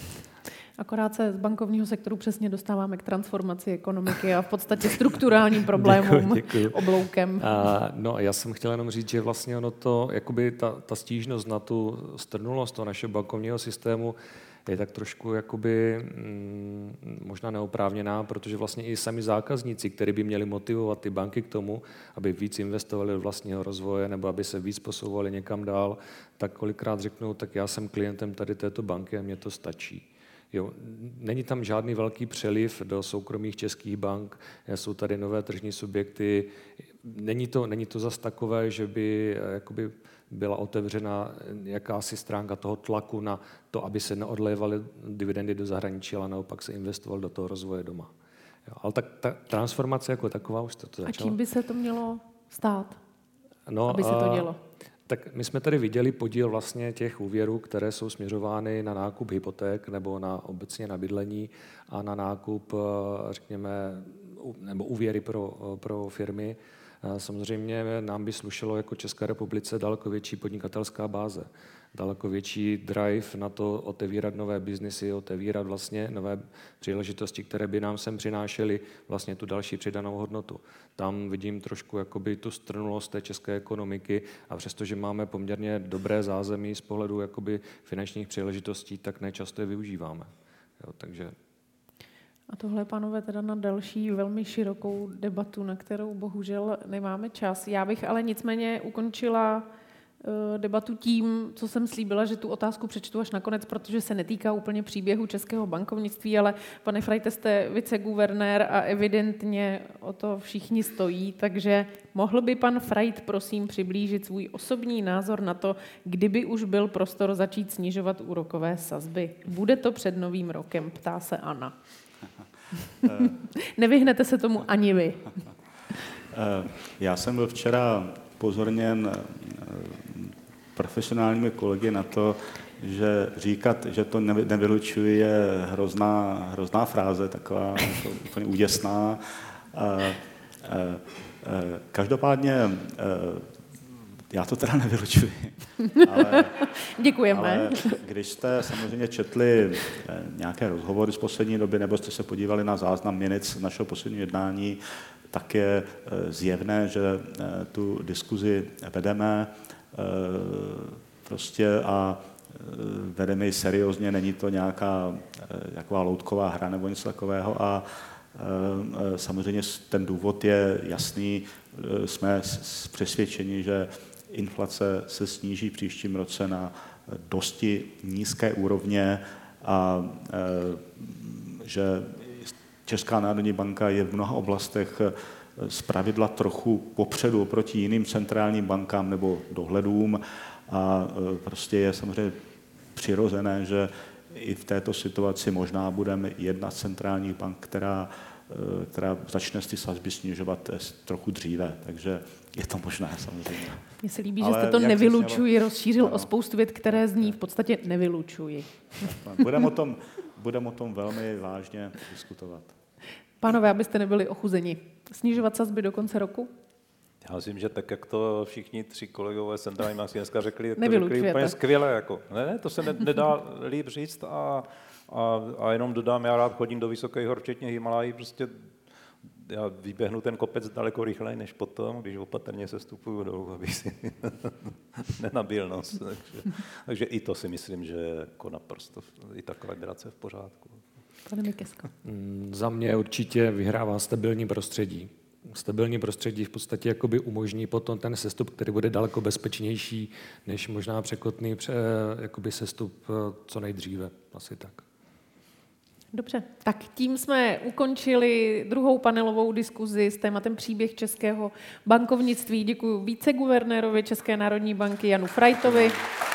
Akorát se z bankovního sektoru přesně dostáváme k transformaci ekonomiky a v podstatě strukturálním problémům děkuji, děkuji. obloukem. A, no, já jsem chtěl jenom říct, že vlastně ono to, jakoby ta, ta stížnost na tu strnulost toho našeho bankovního systému je tak trošku jakoby mm, možná neoprávněná, protože vlastně i sami zákazníci, kteří by měli motivovat ty banky k tomu, aby víc investovali do vlastního rozvoje nebo aby se víc posouvali někam dál, tak kolikrát řeknou, tak já jsem klientem tady této banky a mně to stačí. Jo, není tam žádný velký přeliv do soukromých českých bank, jsou tady nové tržní subjekty, není to, není to zas takové, že by jakoby byla otevřena jakási stránka toho tlaku na to, aby se neodlévaly dividendy do zahraničí, ale naopak se investoval do toho rozvoje doma. Jo, ale tak ta transformace jako taková už to, to začala. A čím by se to mělo stát, no, aby se to dělo? Tak my jsme tady viděli podíl vlastně těch úvěrů, které jsou směřovány na nákup hypoték nebo na obecně na bydlení a na nákup, řekněme, nebo úvěry pro, pro firmy. Samozřejmě nám by slušelo jako České republice daleko větší podnikatelská báze, daleko větší drive na to otevírat nové biznisy, otevírat vlastně nové příležitosti, které by nám sem přinášely vlastně tu další přidanou hodnotu. Tam vidím trošku jakoby tu strnulost té české ekonomiky a přestože máme poměrně dobré zázemí z pohledu jakoby finančních příležitostí, tak nečasto je využíváme. Jo, takže A tohle, pánové, teda na další velmi širokou debatu, na kterou bohužel nemáme čas. Já bych ale nicméně ukončila debatu tím, co jsem slíbila, že tu otázku přečtu až nakonec, protože se netýká úplně příběhu českého bankovnictví, ale pane Frajte, jste viceguvernér a evidentně o to všichni stojí, takže mohl by pan Frajt, prosím, přiblížit svůj osobní názor na to, kdyby už byl prostor začít snižovat úrokové sazby. Bude to před novým rokem, ptá se Anna. Nevyhnete se tomu ani vy. Já jsem byl včera pozorněn profesionálními kolegy na to, že říkat, že to nevylučuje, je hrozná, hrozná fráze, taková jako úplně úděsná. Každopádně já to teda nevylučuji. Ale, děkujeme. Ale když jste samozřejmě četli nějaké rozhovory z poslední doby, nebo jste se podívali na záznam minut našeho posledního jednání, tak je zjevné, že tu diskuzi vedeme prostě a vedeme ji seriózně, není to nějaká jaková loutková hra nebo něco takového a samozřejmě ten důvod je jasný, jsme přesvědčeni, že inflace se sníží v příštím roce na dosti nízké úrovně a že Česká národní banka je v mnoha oblastech zpravidla trochu popředu oproti jiným centrálním bankám nebo dohledům a prostě je samozřejmě přirozené, že i v této situaci možná budeme jedna z centrálních bank, která, která začne ty sazby snižovat trochu dříve, takže je to možné samozřejmě. Mně se líbí, ale že jste to nevylučuji rozšířil ano. o spoustu vět, které z ní v podstatě nevylučuji. Budeme o tom, budeme o tom velmi vážně diskutovat. Pánové, abyste nebyli ochuzeni. Snižovat sazby do konce roku? Já myslím, že tak, jak to všichni tři kolegové z centrální banky dneska řekli, to řekli úplně skvěle. Jako. Ne, ne, to se ne, nedá líp říct a, a, a jenom dodám, já rád chodím do vysokých hor, včetně Himalají, prostě já vyběhnu ten kopec daleko rychleji než potom, když opatrně se stupuju dolů, aby si... nenabilnost. Takže, takže i to si myslím, že je jako naprosto i taková vibrace v pořádku. Pane Mikesko. Za mě určitě vyhrává stabilní prostředí. Stabilní prostředí v podstatě jakoby umožní potom ten sestup, který bude daleko bezpečnější, než možná překotný jakoby sestup co nejdříve. Asi tak. Dobře, tak tím jsme ukončili druhou panelovou diskuzi s tématem příběh českého bankovnictví. Děkuji viceguvernérovi České národní banky Janu Frajtovi.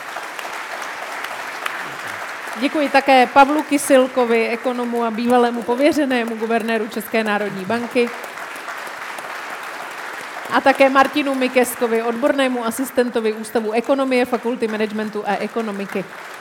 Děkuji také Pavlu Kysilkovi, ekonomu a bývalému pověřenému guvernéru České národní banky. A také Martinu Mikeskovi, odbornému asistentovi Ústavu ekonomie, Fakulty managementu a ekonomiky.